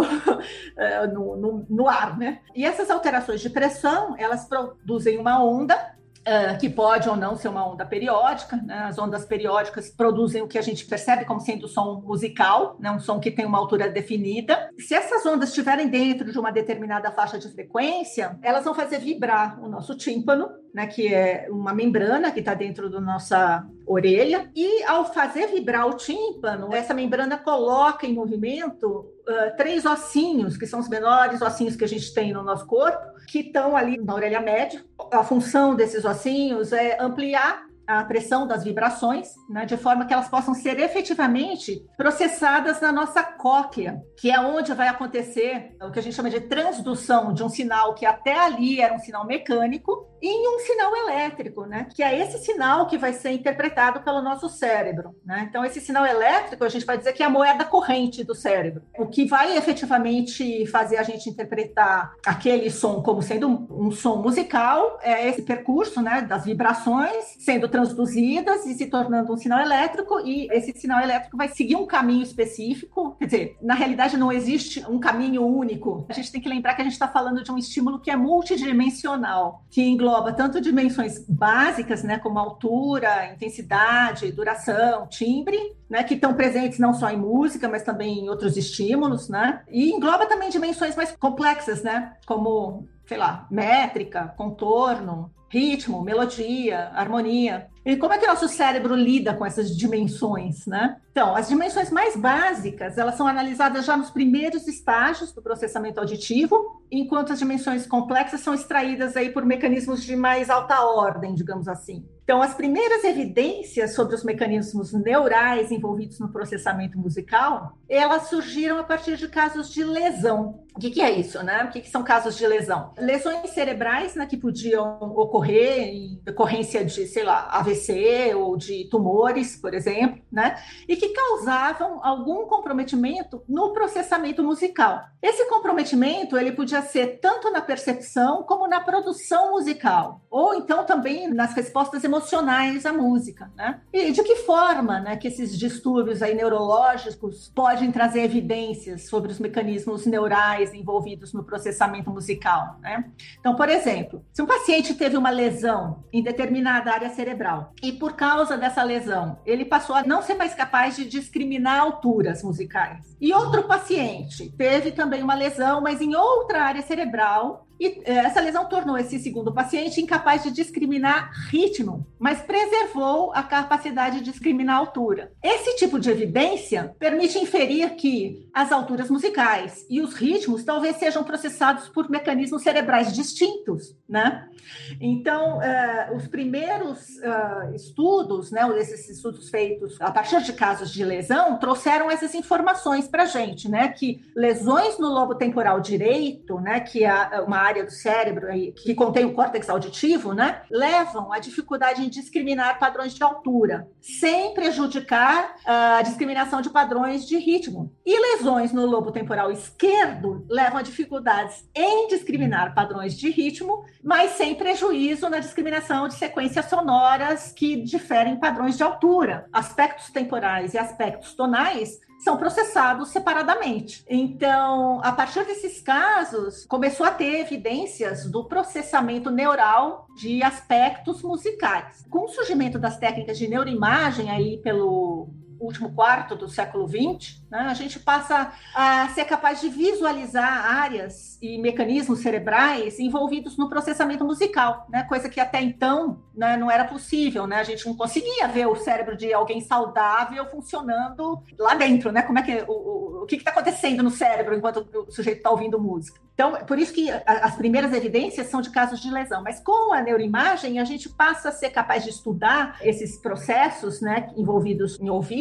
no, no, no ar, né, e essas alterações de pressão, elas produzem uma onda, Uh, que pode ou não ser uma onda periódica, né? As ondas periódicas produzem o que a gente percebe como sendo som musical, né? Um som que tem uma altura definida. Se essas ondas estiverem dentro de uma determinada faixa de frequência, elas vão fazer vibrar o nosso tímpano, né? Que é uma membrana que está dentro da nossa orelha, e ao fazer vibrar o tímpano, essa membrana coloca em movimento Uh, três ossinhos, que são os menores ossinhos que a gente tem no nosso corpo, que estão ali na orelha média. A função desses ossinhos é ampliar a pressão das vibrações, né, de forma que elas possam ser efetivamente processadas na nossa cóclea, que é onde vai acontecer o que a gente chama de transdução de um sinal que até ali era um sinal mecânico em um sinal elétrico, né, que é esse sinal que vai ser interpretado pelo nosso cérebro, né? Então, esse sinal elétrico, a gente vai dizer que é a moeda corrente do cérebro. O que vai efetivamente fazer a gente interpretar aquele som como sendo um, um som musical é esse percurso, né, das vibrações sendo transduzidas e se tornando um sinal elétrico, e esse sinal elétrico vai seguir um caminho específico. Quer dizer, na realidade não existe um caminho único. A gente tem que lembrar que a gente está falando de um estímulo que é multidimensional, que engloba tanto dimensões básicas, né, como altura, intensidade, duração, timbre, né, que estão presentes não só em música, mas também em outros estímulos, né, e engloba também dimensões mais complexas, né, como, sei lá, métrica, contorno, ritmo, melodia, harmonia. E como é que o nosso cérebro lida com essas dimensões, né? Então, as dimensões mais básicas, elas são analisadas já nos primeiros estágios do processamento auditivo, enquanto as dimensões complexas são extraídas aí por mecanismos de mais alta ordem, digamos assim. Então, as primeiras evidências sobre os mecanismos neurais envolvidos no processamento musical, elas surgiram a partir de casos de lesão. O que, que é isso, né? O que, que são casos de lesão? Lesões cerebrais, né, que podiam ocorrer em decorrência de, sei lá, A V C ou de tumores, por exemplo, né? E que causavam algum comprometimento no processamento musical. Esse comprometimento, ele podia ser tanto na percepção como na produção musical, ou então também nas respostas emocionais à música, né? E de que forma, né, que esses distúrbios aí neurológicos podem trazer evidências sobre os mecanismos neurais envolvidos no processamento musical, né? Então, por exemplo, se um paciente teve uma lesão em determinada área cerebral e por causa dessa lesão ele passou a não ser mais capaz de discriminar alturas musicais, e outro paciente teve também uma lesão, mas em outra área cerebral, e essa lesão tornou esse segundo paciente incapaz de discriminar ritmo, mas preservou a capacidade de discriminar altura. Esse tipo de evidência permite inferir que as alturas musicais e os ritmos talvez sejam processados por mecanismos cerebrais distintos, né? Então, uh, os primeiros uh, estudos, né, esses estudos feitos a partir de casos de lesão, trouxeram essas informações para a gente, né? Que lesões no lobo temporal direito, né, que é uma área do cérebro aí, que contém o córtex auditivo, né, levam à dificuldade em discriminar padrões de altura, sem prejudicar a discriminação de padrões de ritmo. E lesões no lobo temporal esquerdo levam a dificuldades em discriminar padrões de ritmo, mas sem prejuízo na discriminação de sequências sonoras que diferem padrões de altura. Aspectos temporais e aspectos tonais são processados separadamente. Então, a partir desses casos, começou a ter evidências do processamento neural de aspectos musicais. Com o surgimento das técnicas de neuroimagem aí pelo último quarto do século vinte, né, a gente passa a ser capaz de visualizar áreas e mecanismos cerebrais envolvidos no processamento musical, né, coisa que até então, né, não era possível, né, a gente não conseguia ver o cérebro de alguém saudável funcionando lá dentro, né, como é que, o, o, o que está acontecendo no cérebro enquanto o sujeito está ouvindo música. Então, por isso que as primeiras evidências são de casos de lesão, mas com a neuroimagem a gente passa a ser capaz de estudar esses processos, né, envolvidos em ouvir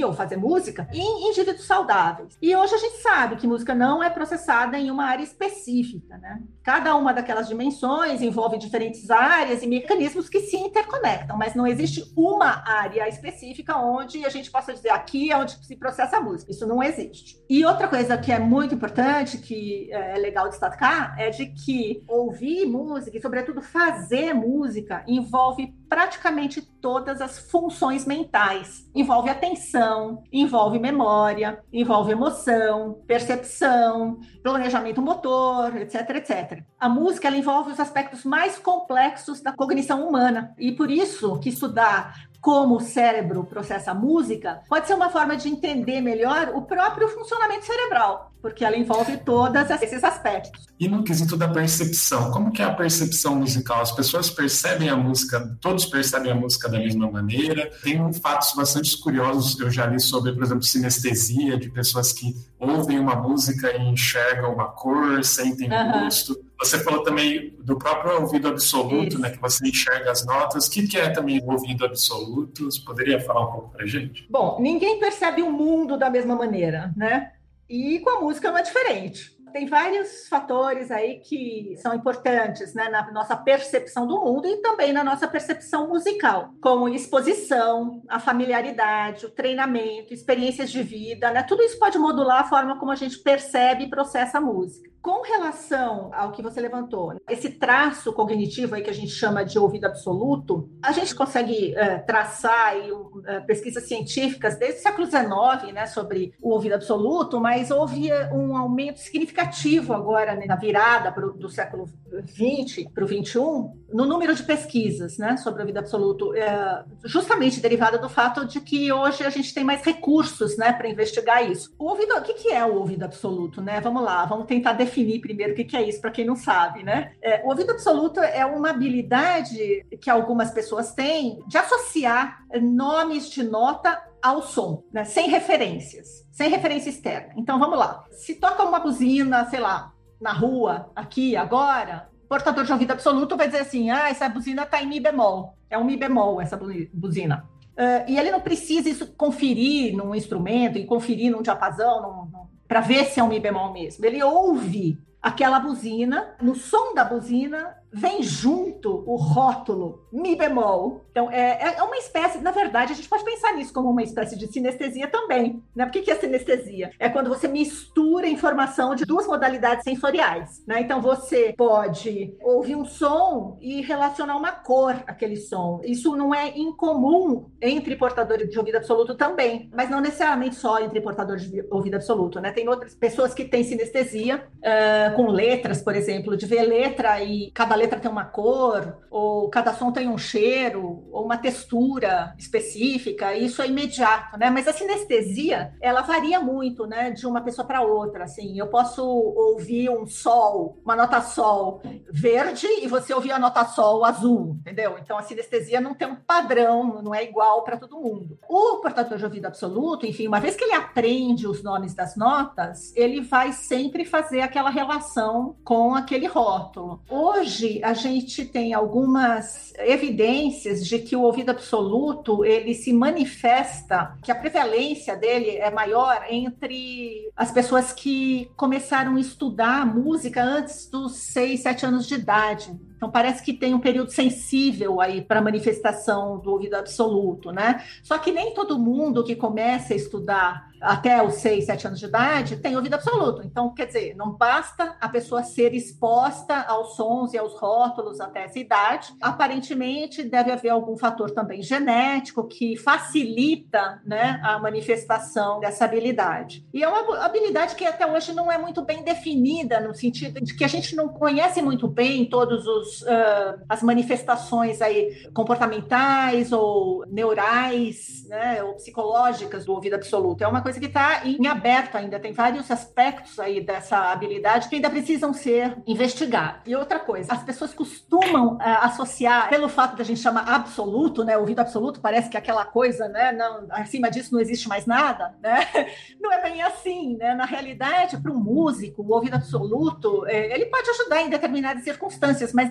ouvir ou fazer música em indivíduos saudáveis. E hoje a gente sabe que música não é processada em uma área específica, né? Cada uma daquelas dimensões envolve diferentes áreas e mecanismos que se interconectam, mas não existe uma área específica onde a gente possa dizer aqui é onde se processa a música. Isso não existe. E outra coisa que é muito importante, que é legal destacar, é de que ouvir música e, sobretudo, fazer música envolve praticamente todas as funções mentais. Envolve atenção, envolve memória, envolve emoção, percepção, planejamento motor, etc, etcétera. A música, ela envolve os aspectos mais complexos da cognição humana. E por isso que estudar como o cérebro processa a música pode ser uma forma de entender melhor o próprio funcionamento cerebral, porque ela envolve todos esses aspectos. E no quesito da percepção, como que é a percepção musical? As pessoas percebem a música, todos percebem a música da mesma maneira? Tem fatos bastante curiosos, eu já li sobre, por exemplo, sinestesia, de pessoas que ouvem uma música e enxergam uma cor, sentem o Uhum. gosto. Você falou também do próprio ouvido absoluto, Isso. né, que você enxerga as notas. O que, que é também o ouvido absoluto? Você poderia falar um pouco pra gente? Bom, ninguém percebe o mundo da mesma maneira, né? E com a música não é diferente. Tem vários fatores aí que são importantes, né, na nossa percepção do mundo e também na nossa percepção musical, como exposição, a familiaridade, o treinamento, experiências de vida, né? Tudo isso pode modular a forma como a gente percebe e processa a música. Com relação ao que você levantou, esse traço cognitivo aí que a gente chama de ouvido absoluto, a gente consegue é, traçar aí, é, pesquisas científicas desde o século dezenove, né, sobre o ouvido absoluto, mas houve um aumento significativo agora, né, na virada pro, do século vinte para o vinte e um, no número de pesquisas, né, sobre o ouvido absoluto, é, justamente derivada do fato de que hoje a gente tem mais recursos, né, para investigar isso. O ouvido, o que, que é o ouvido absoluto, né? Vamos lá, vamos tentar definir definir primeiro o que é isso, para quem não sabe, né? É, o ouvido absoluto é uma habilidade que algumas pessoas têm de associar nomes de nota ao som, né? Sem referências, sem referência externa. Então, vamos lá. Se toca uma buzina, sei lá, na rua, aqui, agora, o portador de ouvido absoluto vai dizer assim, ah, essa buzina está em mi bemol. É um mi bemol, essa buzina. Uh, e ele não precisa isso conferir num instrumento e conferir num diapasão, num, num, para ver se é um mi bemol mesmo. Ele ouve aquela buzina, no som da buzina vem junto o rótulo mi bemol. Então, é, é uma espécie, na verdade, a gente pode pensar nisso como uma espécie de sinestesia também, né? O que é sinestesia? É quando você mistura informação de duas modalidades sensoriais, né? Então, você pode ouvir um som e relacionar uma cor àquele som. Isso não é incomum entre portadores de ouvido absoluto também, mas não necessariamente só entre portadores de ouvido absoluto, né? Tem outras pessoas que têm sinestesia uh, com letras, por exemplo, de ver letra e cada letra tem uma cor, ou cada som tem um cheiro, ou uma textura específica, isso é imediato, né? Mas a sinestesia, ela varia muito, né, de uma pessoa para outra, assim. Eu posso ouvir um sol, uma nota sol verde, e você ouvir a nota sol azul, entendeu? Então, a sinestesia não tem um padrão, não é igual para todo mundo. O portador de ouvido absoluto, enfim, uma vez que ele aprende os nomes das notas, ele vai sempre fazer aquela relação com aquele rótulo. Hoje, a gente tem algumas evidências de que o ouvido absoluto, ele se manifesta, que a prevalência dele é maior entre as pessoas que começaram a estudar música antes dos seis, sete anos de idade. Então, parece que tem um período sensível aí para a manifestação do ouvido absoluto, né? Só que nem todo mundo que começa a estudar até os seis, sete anos de idade tem ouvido absoluto. Então, quer dizer, não basta a pessoa ser exposta aos sons e aos rótulos até essa idade. Aparentemente, deve haver algum fator também genético que facilita, né, a manifestação dessa habilidade. E é uma habilidade que até hoje não é muito bem definida, no sentido de que a gente não conhece muito bem todos os Uh, as manifestações aí comportamentais ou neurais, né, ou psicológicas do ouvido absoluto. É uma coisa que está em aberto ainda, tem vários aspectos aí dessa habilidade que ainda precisam ser investigados. E outra coisa, as pessoas costumam uh, associar, pelo fato da gente chamar absoluto, né, ouvido absoluto, parece que é aquela coisa, né, não, acima disso não existe mais nada, né? Não é bem assim, né? Na realidade, para um músico, o ouvido absoluto, eh, ele pode ajudar em determinadas circunstâncias, mas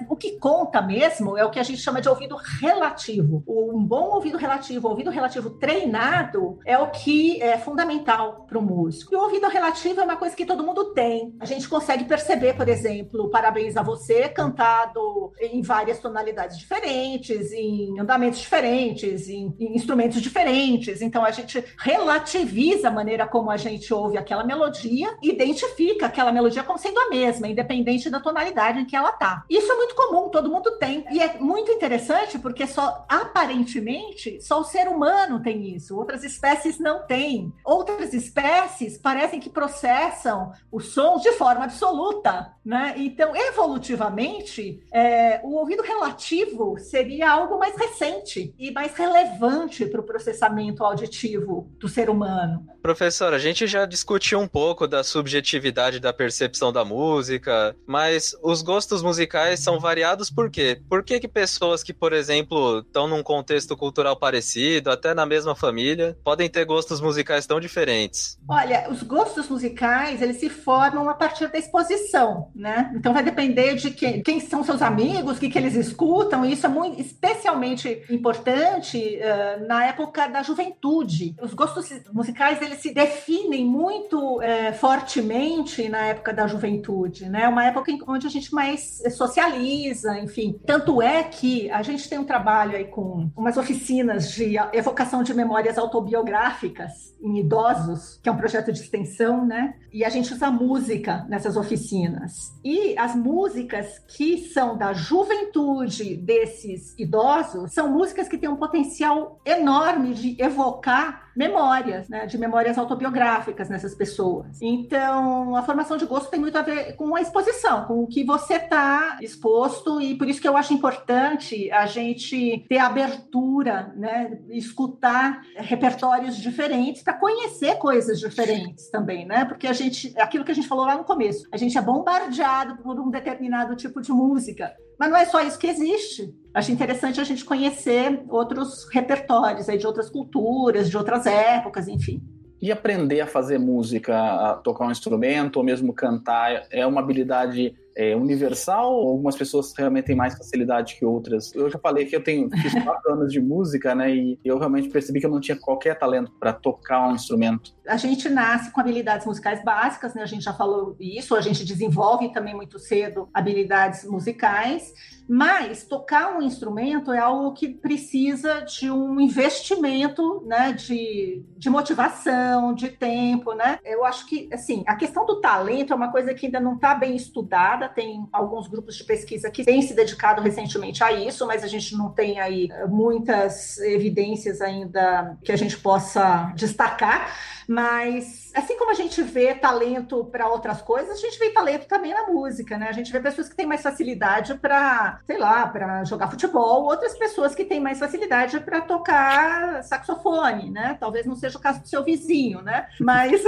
o que conta mesmo é o que a gente chama de ouvido relativo. Um bom ouvido relativo, ouvido relativo treinado é o que é fundamental para o músico. E o ouvido relativo é uma coisa que todo mundo tem. A gente consegue perceber, por exemplo, Parabéns a Você, cantado em várias tonalidades diferentes, em andamentos diferentes, em, em instrumentos diferentes. Então, a gente relativiza a maneira como a gente ouve aquela melodia, identifica aquela melodia como sendo a mesma, independente da tonalidade em que ela está. Isso é muito comum, todo mundo tem. E é muito interessante porque só, aparentemente, só o ser humano tem isso. Outras espécies não têm. Outras espécies parecem que processam os sons de forma absoluta, né? Então, evolutivamente, é, o ouvido relativo seria algo mais recente e mais relevante para o processamento auditivo do ser humano. Professor, a gente já discutiu um pouco da subjetividade da percepção da música, mas os gostos musicais são variados por quê? Por que que pessoas que, por exemplo, estão num contexto cultural parecido, até na mesma família, podem ter gostos musicais tão diferentes? Olha, os gostos musicais, eles se formam a partir da exposição, né? Então vai depender de quem, quem são seus amigos, o que, que eles escutam, e isso é muito, especialmente importante uh, na época da juventude. Os gostos musicais, eles se definem muito uh, fortemente na época da juventude, né? Uma época em, onde a gente mais socializa, enfim. Tanto é que a gente tem um trabalho aí com umas oficinas de evocação de memórias autobiográficas em idosos, que é um projeto de extensão, né? E a gente usa música nessas oficinas. E as músicas que são da juventude desses idosos são músicas que têm um potencial enorme de evocar memórias, né? De memórias autobiográficas nessas pessoas. Então, a formação de gosto tem muito a ver com a exposição, com o que você está exposto, e por isso que eu acho importante a gente ter abertura, né? Escutar repertórios diferentes para conhecer coisas diferentes também, né? Porque a gente, aquilo que a gente falou lá no começo, a gente é bombardeado por um determinado tipo de música, mas não é só isso que existe. Acho interessante a gente conhecer outros repertórios aí de outras culturas, de outras épocas, enfim. E aprender a fazer música, a tocar um instrumento, ou mesmo cantar, é uma habilidade é, universal? Ou algumas pessoas realmente têm mais facilidade que outras? Eu já falei que eu tenho fiz quatro anos de música, né? E eu realmente percebi que eu não tinha qualquer talento para tocar um instrumento. A gente nasce com habilidades musicais básicas, né? A gente já falou isso, a gente desenvolve também muito cedo habilidades musicais, mas tocar um instrumento é algo que precisa de um investimento, né? De, de motivação, de tempo, né? Eu acho que, assim, a questão do talento é uma coisa que ainda não está bem estudada. Tem alguns grupos de pesquisa que têm se dedicado recentemente a isso, mas a gente não tem aí muitas evidências ainda que a gente possa destacar. Mas, assim como a gente vê talento para outras coisas, a gente vê talento também na música, né? A gente vê pessoas que têm mais facilidade para, sei lá, para jogar futebol, outras pessoas que têm mais facilidade para tocar saxofone, né? Talvez não seja o caso do seu vizinho, né? Mas,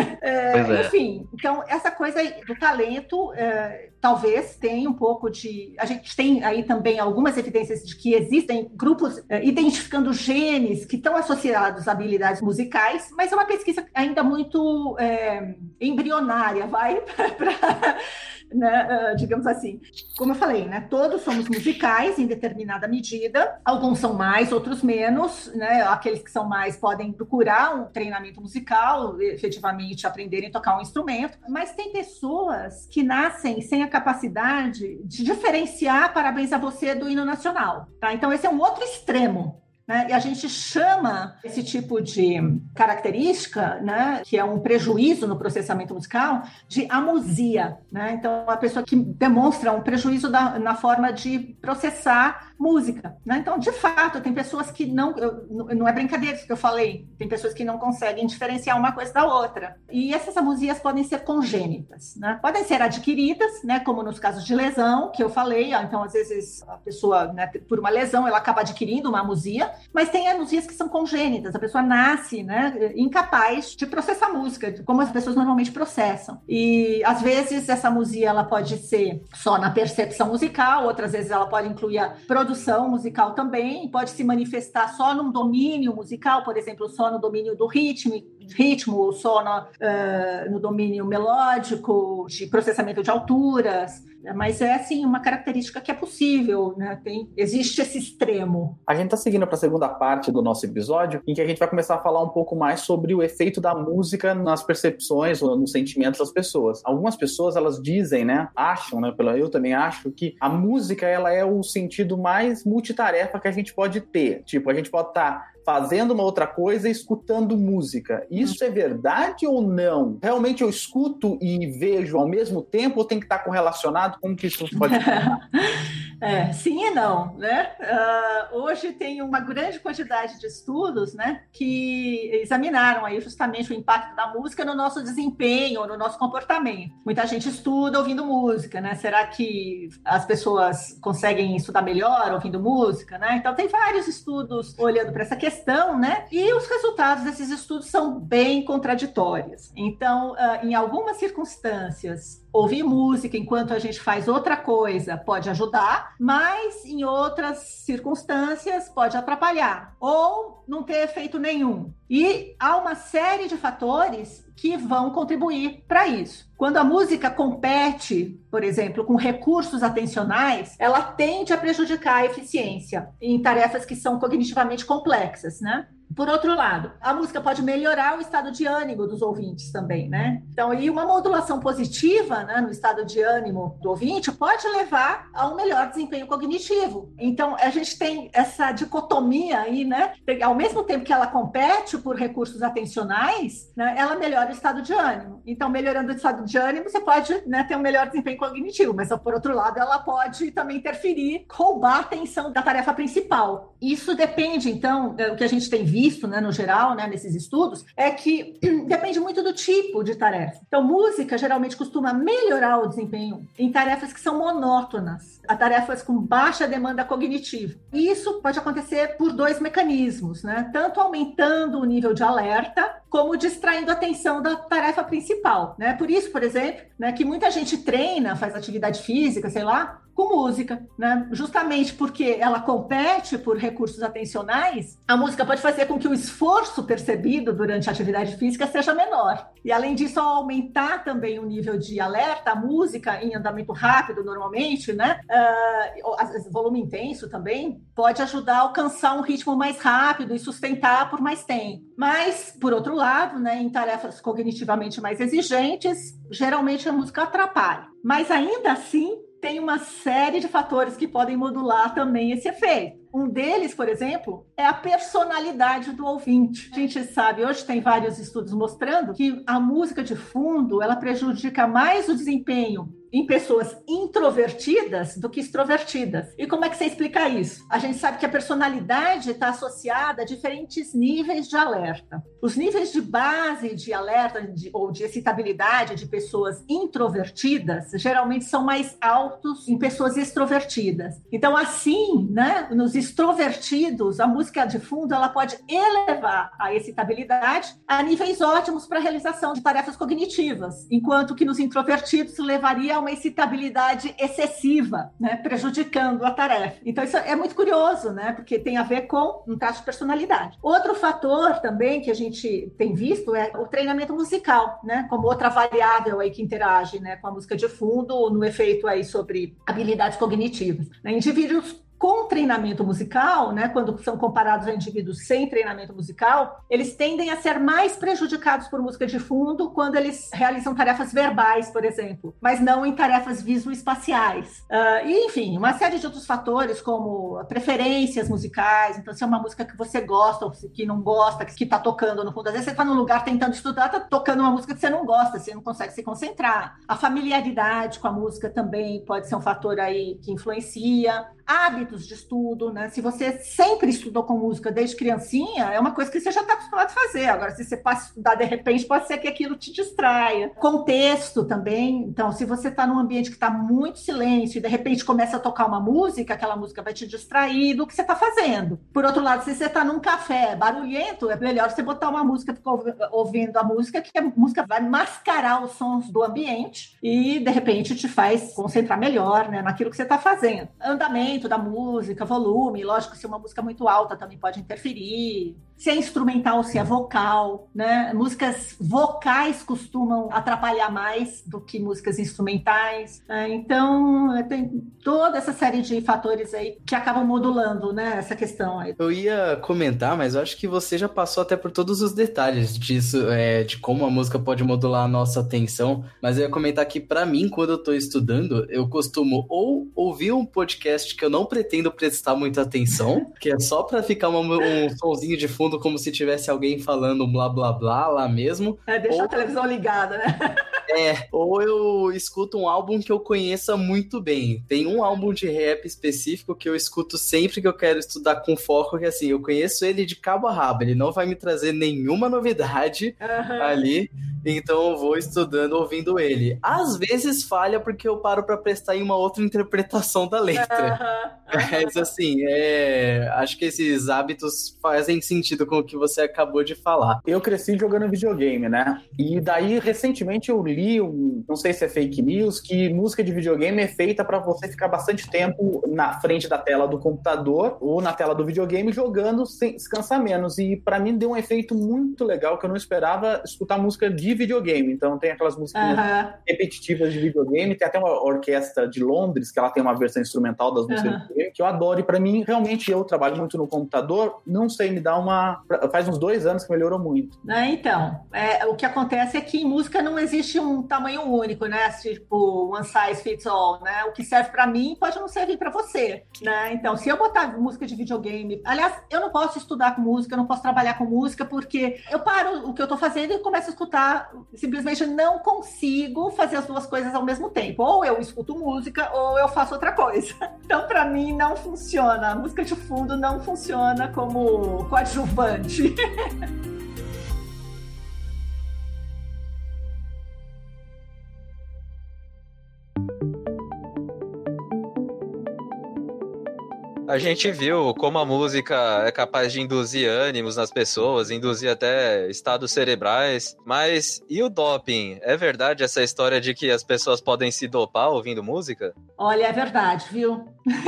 é, é. enfim, então, essa coisa do talento, é, talvez tenha um pouco de... A gente tem aí também algumas evidências de que existem grupos é, identificando genes que estão associados a habilidades musicais, mas é uma pesquisa ainda muito é, embrionária, vai para, né, digamos assim. Como eu falei, né, todos somos musicais em determinada medida, alguns são mais, outros menos, né, aqueles que são mais podem procurar um treinamento musical, efetivamente aprenderem a tocar um instrumento, mas tem pessoas que nascem sem a capacidade de diferenciar Parabéns a Você do hino nacional, tá? Então esse é um outro extremo. Né? E a gente chama esse tipo de característica, né, que é um prejuízo no processamento musical, de amusia. Né? Então, a pessoa que demonstra um prejuízo da, na forma de processar música. Né? Então, de fato, tem pessoas que não... Eu, não é brincadeira isso que eu falei. Tem pessoas que não conseguem diferenciar uma coisa da outra. E essas amusias podem ser congênitas. Né? Podem ser adquiridas, né, como nos casos de lesão, que eu falei. Ó, então, às vezes, a pessoa, né, por uma lesão, ela acaba adquirindo uma amusia. Mas tem amusias que são congênitas, a pessoa nasce, né, incapaz de processar música, como as pessoas normalmente processam. E, às vezes, essa amusia ela pode ser só na percepção musical, outras vezes ela pode incluir a produção musical também, pode se manifestar só num domínio musical, por exemplo, só no domínio do ritmo, ritmo, só no, uh, no domínio melódico, de processamento de alturas, mas é, assim, uma característica que é possível, né? Tem, existe esse extremo. A gente está seguindo para a segunda parte do nosso episódio, em que a gente vai começar a falar um pouco mais sobre o efeito da música nas percepções ou nos sentimentos das pessoas. Algumas pessoas, elas dizem, né, acham, né, eu também acho, que a música, ela é o sentido mais multitarefa que a gente pode ter. Tipo, a gente pode estar fazendo uma outra coisa e escutando música. Isso é verdade ou não? Realmente eu escuto e vejo ao mesmo tempo ou tem que estar correlacionado? Como que isso pode ser? É, sim e não, né? Uh, hoje tem uma grande quantidade de estudos, né, que examinaram aí justamente o impacto da música no nosso desempenho, no nosso comportamento. Muita gente estuda ouvindo música, né? Será que as pessoas conseguem estudar melhor ouvindo música, né? Então tem vários estudos olhando para essa questão, né? E os resultados desses estudos são bem contraditórios. Então, uh, em algumas circunstâncias, ouvir música enquanto a gente faz outra coisa pode ajudar, mas em outras circunstâncias pode atrapalhar ou não ter efeito nenhum. E há uma série de fatores que vão contribuir para isso. Quando a música compete, por exemplo, com recursos atencionais, ela tende a prejudicar a eficiência em tarefas que são cognitivamente complexas, né? Por outro lado, a música pode melhorar o estado de ânimo dos ouvintes também, né? Então, e uma modulação positiva, né, no estado de ânimo do ouvinte pode levar a um melhor desempenho cognitivo. Então, a gente tem essa dicotomia aí, né? Ao mesmo tempo que ela compete por recursos atencionais, né, ela melhora o estado de ânimo. Então, melhorando o estado de ânimo, você pode, né, ter um melhor desempenho cognitivo, mas, por outro lado, ela pode também interferir, roubar a atenção da tarefa principal. Isso depende, então, o que a gente tem visto, Isso, né, no geral, né, nesses estudos, é que depende muito do tipo de tarefa. Então, música geralmente costuma melhorar o desempenho em tarefas que são monótonas, a tarefas com baixa demanda cognitiva. E isso pode acontecer por dois mecanismos, né? Tanto aumentando o nível de alerta, como distraindo a atenção da tarefa principal, né? Por isso, por exemplo, né, que muita gente treina, faz atividade física, sei lá, com música, né? Justamente porque ela compete por recursos atencionais, a música pode fazer com que o esforço percebido durante a atividade física seja menor. E, além disso, ao aumentar também o nível de alerta, a música em andamento rápido, normalmente, né? Uh, volume intenso também, pode ajudar a alcançar um ritmo mais rápido e sustentar por mais tempo. Mas, por outro lado, né, em tarefas cognitivamente mais exigentes, geralmente a música atrapalha. Mas, ainda assim, tem uma série de fatores que podem modular também esse efeito. Um deles, por exemplo, é a personalidade do ouvinte. A gente sabe, hoje tem vários estudos mostrando que a música de fundo, ela prejudica mais o desempenho em pessoas introvertidas do que extrovertidas. E como é que você explica isso? A gente sabe que a personalidade está associada a diferentes níveis de alerta. Os níveis de base de alerta de, ou de excitabilidade de pessoas introvertidas geralmente são mais altos em pessoas extrovertidas. Então, assim, né, nos extrovertidos, a música de fundo ela pode elevar a excitabilidade a níveis ótimos para a realização de tarefas cognitivas, enquanto que nos introvertidos levaria a uma excitabilidade excessiva, né, prejudicando a tarefa. Então, isso é muito curioso, né, porque tem a ver com um traço de personalidade. Outro fator também que a gente tem visto é o treinamento musical, né, como outra variável aí que interage, né, com a música de fundo no efeito aí sobre habilidades cognitivas. Né, indivíduos com treinamento musical, né, quando são comparados a indivíduos sem treinamento musical, eles tendem a ser mais prejudicados por música de fundo quando eles realizam tarefas verbais, por exemplo, mas não em tarefas visoespaciais. Uh, e, enfim, uma série de outros fatores, como preferências musicais. Então, se é uma música que você gosta ou que não gosta, que está tocando no fundo, às vezes você está num lugar tentando estudar, está tocando uma música que você não gosta, você não consegue se concentrar. A familiaridade com a música também pode ser um fator aí que influencia. Hábitos de estudo, né? Se você sempre estudou com música desde criancinha, é uma coisa que você já está acostumado a fazer. Agora, se você passa a estudar de repente, pode ser que aquilo te distraia. Contexto também. Então, se você está num ambiente que está muito silêncio e de repente começa a tocar uma música, aquela música vai te distrair do que você está fazendo. Por outro lado, se você está num café barulhento, é melhor você botar uma música, ficar ouvindo a música, que a música vai mascarar os sons do ambiente e de repente te faz concentrar melhor, né, naquilo que você está fazendo. Andamento da música, volume, lógico, se uma música muito alta também pode interferir. se é instrumental ou se é vocal, né? Músicas vocais costumam atrapalhar mais do que músicas instrumentais, né? Então tem toda essa série de fatores aí que acabam modulando, né, essa questão aí. Eu ia comentar, mas eu acho que você já passou até por todos os detalhes disso, é, de como a música pode modular a nossa atenção, mas eu ia comentar que pra mim, quando eu tô estudando, eu costumo ou ouvir um podcast que eu não pretendo prestar muita atenção, que é só pra ficar uma, um sonzinho de fundo como se tivesse alguém falando blá blá blá lá mesmo. É, deixar ou... a televisão ligada, né? É, ou eu escuto um álbum que eu conheça muito bem. Tem um álbum de rap específico que eu escuto sempre que eu quero estudar com foco, que assim, eu conheço ele de cabo a rabo, ele não vai me trazer nenhuma novidade uhum. ali, então eu vou estudando, ouvindo ele. Às vezes falha porque eu paro pra prestar em uma outra interpretação da letra. Uhum. Uhum. Mas assim, é... acho que esses hábitos fazem sentido com o que você acabou de falar. Eu cresci jogando videogame, né? E daí, recentemente, eu li, um, não sei se é fake news, que música de videogame é feita pra você ficar bastante tempo na frente da tela do computador ou na tela do videogame jogando sem descansar menos. E pra mim deu um efeito muito legal, que eu não esperava escutar música de videogame. Então tem aquelas músicas uhum. repetitivas de videogame, tem até uma orquestra de Londres, que ela tem uma versão instrumental das músicas uhum. de videogame, que eu adoro. E pra mim, realmente, eu trabalho muito no computador, não sei, me dá uma... Faz uns dois anos que melhorou muito. É, então, é, o que acontece é que em música não existe um tamanho único, né? Tipo, one size fits all, né? O que serve pra mim pode não servir pra você, né? Então, se eu botar música de videogame... Aliás, eu não posso estudar com música, eu não posso trabalhar com música, porque eu paro o que eu tô fazendo e começo a escutar. Simplesmente não consigo fazer as duas coisas ao mesmo tempo. Ou eu escuto música, ou eu faço outra coisa. Então, pra mim, não funciona. A música de fundo não funciona como coadjuvante. A gente viu como a música é capaz de induzir ânimos nas pessoas, induzir até estados cerebrais, mas e o doping? É verdade essa história de que as pessoas podem se dopar ouvindo música? Olha, é verdade, viu?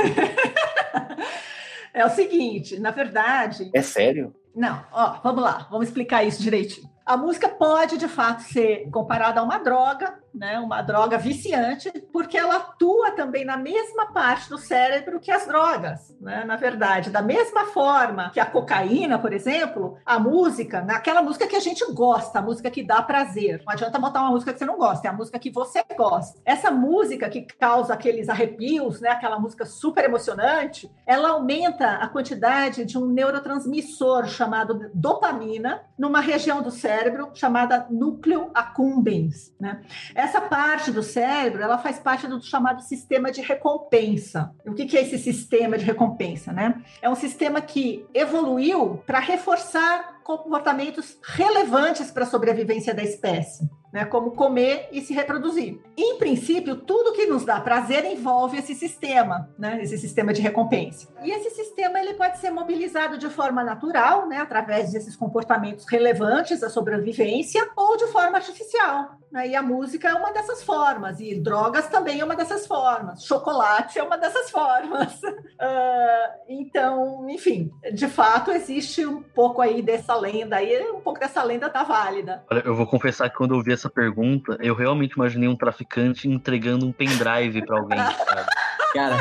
É o seguinte, na verdade... É sério? Não, ó, vamos lá, vamos explicar isso direitinho. A música pode, de fato, ser comparada a uma droga, né? Uma droga viciante, porque ela atua também na mesma parte do cérebro que as drogas, né? Na verdade, da mesma forma que a cocaína, por exemplo, a música, naquela música que a gente gosta, a música que dá prazer. Não adianta botar uma música que você não gosta, é a música que você gosta. Essa música que causa aqueles arrepios, né? Aquela música super emocionante, ela aumenta a quantidade de um neurotransmissor chamado dopamina numa região do cérebro chamada núcleo accumbens, né? Essa parte do cérebro, ela faz parte do chamado sistema de recompensa. E o que é esse sistema de recompensa, né? É um sistema que evoluiu para reforçar comportamentos relevantes para a sobrevivência da espécie, né, como comer e se reproduzir. Em princípio, tudo que nos dá prazer envolve esse sistema, né, esse sistema de recompensa. E esse sistema ele pode ser mobilizado de forma natural, né, através desses comportamentos relevantes à sobrevivência, ou de forma artificial. Né, e a música é uma dessas formas, e drogas também é uma dessas formas, chocolate é uma dessas formas. Uh, então, enfim, de fato, existe um pouco aí dessa lenda, aí um pouco dessa lenda tá válida. Olha, eu vou confessar que quando eu vi essa pergunta, eu realmente imaginei um traficante entregando um pendrive pra alguém, sabe? Cara,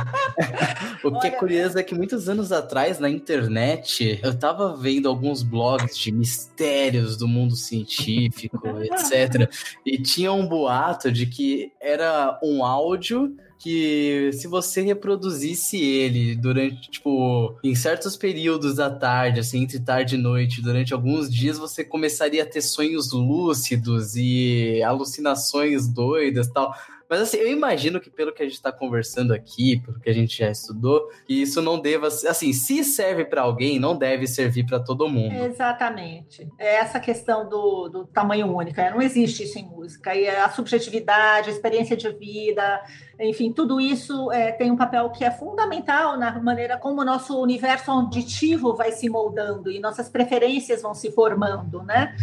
o que Olha, é curioso é que muitos anos atrás, na internet, eu tava vendo alguns blogs de mistérios do mundo científico, etcétera. E tinha um boato de que era um áudio que se você reproduzisse ele durante, tipo, em certos períodos da tarde, assim, entre tarde e noite, durante alguns dias, você começaria a ter sonhos lúcidos e alucinações doidas e tal. Mas assim, eu imagino que pelo que a gente tá conversando aqui, pelo que a gente já estudou, que isso não deva... Assim, se serve pra alguém, não deve servir pra todo mundo. Exatamente. É essa questão do, do tamanho único. Não existe isso em música. E a subjetividade, a experiência de vida, enfim, tudo isso é, tem um papel que é fundamental na maneira como o nosso universo auditivo vai se moldando e nossas preferências vão se formando, né?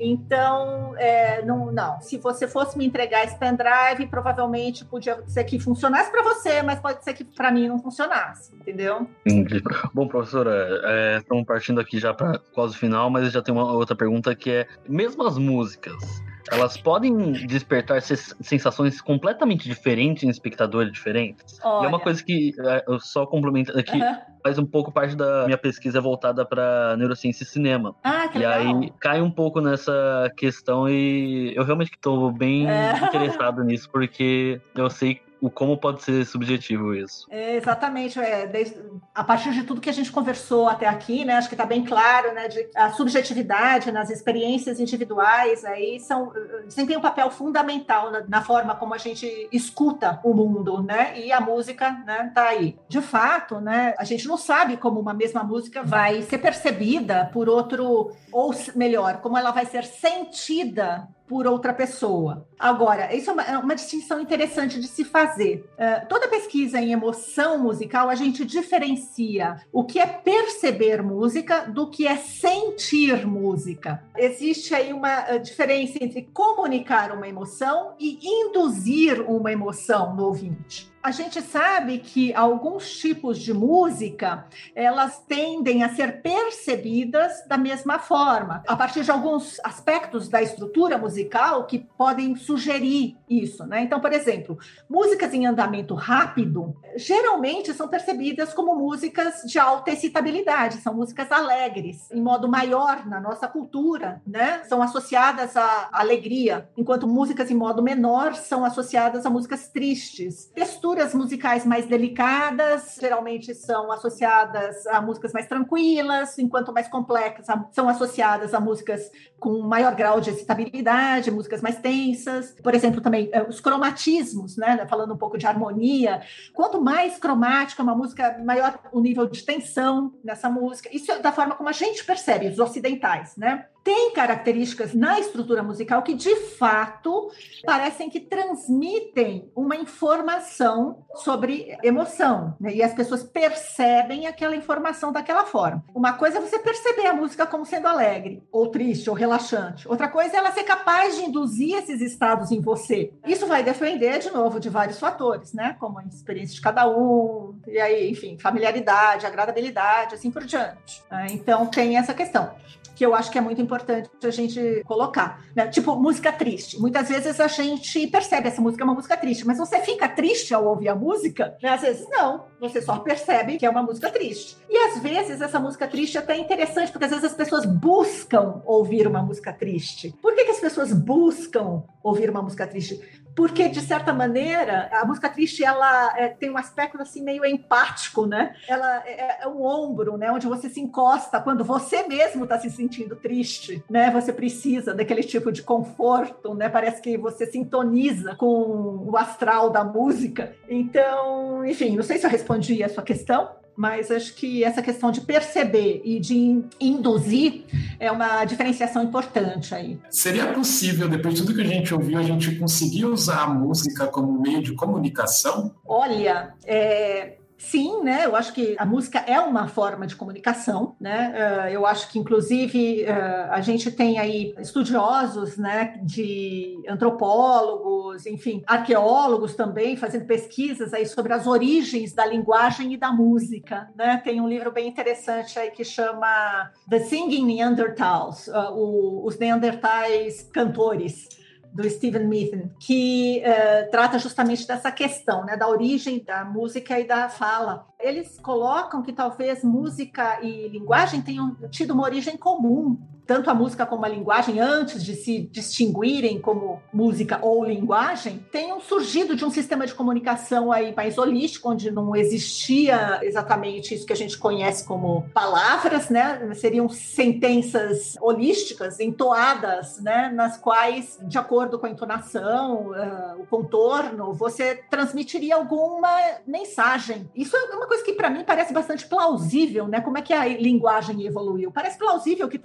Então, é, não, não, se você fosse me entregar esse pendrive, provavelmente podia ser que funcionasse para você, mas pode ser que para mim não funcionasse, entendeu? Entendi. Bom, professora, é, estamos partindo aqui já para quase o final, mas já tem uma outra pergunta que é, mesmo as músicas, elas podem despertar sensações completamente diferentes em espectadores diferentes? Olha. E é uma coisa que eu só complemento aqui, uhum. faz um pouco parte da minha pesquisa voltada para neurociência e cinema. Ah, que e legal. aí cai um pouco nessa questão e eu realmente estou bem é. interessado nisso, porque eu sei o como pode ser subjetivo isso. É, exatamente, é, desde, a partir de tudo que a gente conversou até aqui, né, acho que está bem claro, né, de, a subjetividade nas experiências individuais aí são, desempenham um papel fundamental na, na forma como a gente escuta o mundo, né, e a música, né, tá aí. De fato, né, a gente não sabe como uma mesma música vai ser percebida por outro, ou melhor, como ela vai ser sentida por outra pessoa. Agora, isso é uma, é uma distinção interessante de se fazer. Uh, toda pesquisa em emoção musical, a gente diferencia o que é perceber música do que é sentir música. Existe aí uma uh, diferença entre comunicar uma emoção e induzir uma emoção no ouvinte. A gente sabe que alguns tipos de música, elas tendem a ser percebidas da mesma forma, a partir de alguns aspectos da estrutura musical que podem sugerir isso, né? Então, por exemplo, músicas em andamento rápido, geralmente são percebidas como músicas de alta excitabilidade, são músicas alegres, em modo maior na nossa cultura, né? São associadas à alegria, enquanto músicas em modo menor são associadas a músicas tristes. Textura musicais mais delicadas geralmente são associadas a músicas mais tranquilas, enquanto mais complexas são associadas a músicas com maior grau de excitabilidade, músicas mais tensas. Por exemplo, também os cromatismos, né? Falando um pouco de harmonia. Quanto mais cromática uma música, maior o nível de tensão nessa música. Isso é da forma como a gente percebe, os ocidentais, né? Tem características na estrutura musical que, de fato, parecem que transmitem uma informação sobre emoção, né? E as pessoas percebem aquela informação daquela forma. Uma coisa é você perceber a música como sendo alegre, ou triste, ou relaxante. Outra coisa é ela ser capaz de induzir esses estados em você. Isso vai depender, de novo, de vários fatores, né? Como a experiência de cada um, e aí, enfim, familiaridade, agradabilidade, assim por diante. Então, tem essa questão que eu acho que é muito importante a gente colocar, né? Tipo, música triste. Muitas vezes a gente percebe essa música é uma música triste, mas você fica triste ao ouvir a música? Né? Às vezes não, você só percebe que é uma música triste. E às vezes essa música triste é até interessante, porque às vezes as pessoas buscam ouvir uma música triste. Por que que as pessoas buscam ouvir uma música triste? Porque, de certa maneira, a música triste, ela é, tem um aspecto assim meio empático, né? Ela é, é um ombro, né? Onde você se encosta quando você mesmo está se sentindo triste, né? Você precisa daquele tipo de conforto, né? Parece que você sintoniza com o astral da música. Então, enfim, não sei se eu respondi a sua questão, mas acho que essa questão de perceber e de induzir é uma diferenciação importante aí. Seria possível, depois de tudo que a gente ouviu, a gente conseguir usar a música como meio de comunicação? Olha, é... sim, né? Eu acho que a música é uma forma de comunicação, né? Eu acho que, inclusive, a gente tem aí estudiosos, né, de antropólogos, enfim, arqueólogos também, fazendo pesquisas aí sobre as origens da linguagem e da música, né? Tem um livro bem interessante aí que chama The Singing Neanderthals, os Neandertais Cantores, do Steven Mithen, que uh, trata justamente dessa questão, né, da origem da música e da fala. Eles colocam que talvez música e linguagem tenham tido uma origem comum, tanto a música como a linguagem, antes de se distinguirem como música ou linguagem, tenham surgido de um sistema de comunicação aí mais holístico, onde não existia exatamente isso que a gente conhece como palavras, né? Seriam sentenças holísticas, entoadas, né? Nas quais, de acordo com a entonação, uh, o contorno, você transmitiria alguma mensagem. Isso é uma coisa que, para mim, parece bastante plausível, né? Como é que a linguagem evoluiu? Parece plausível que tenha evoluído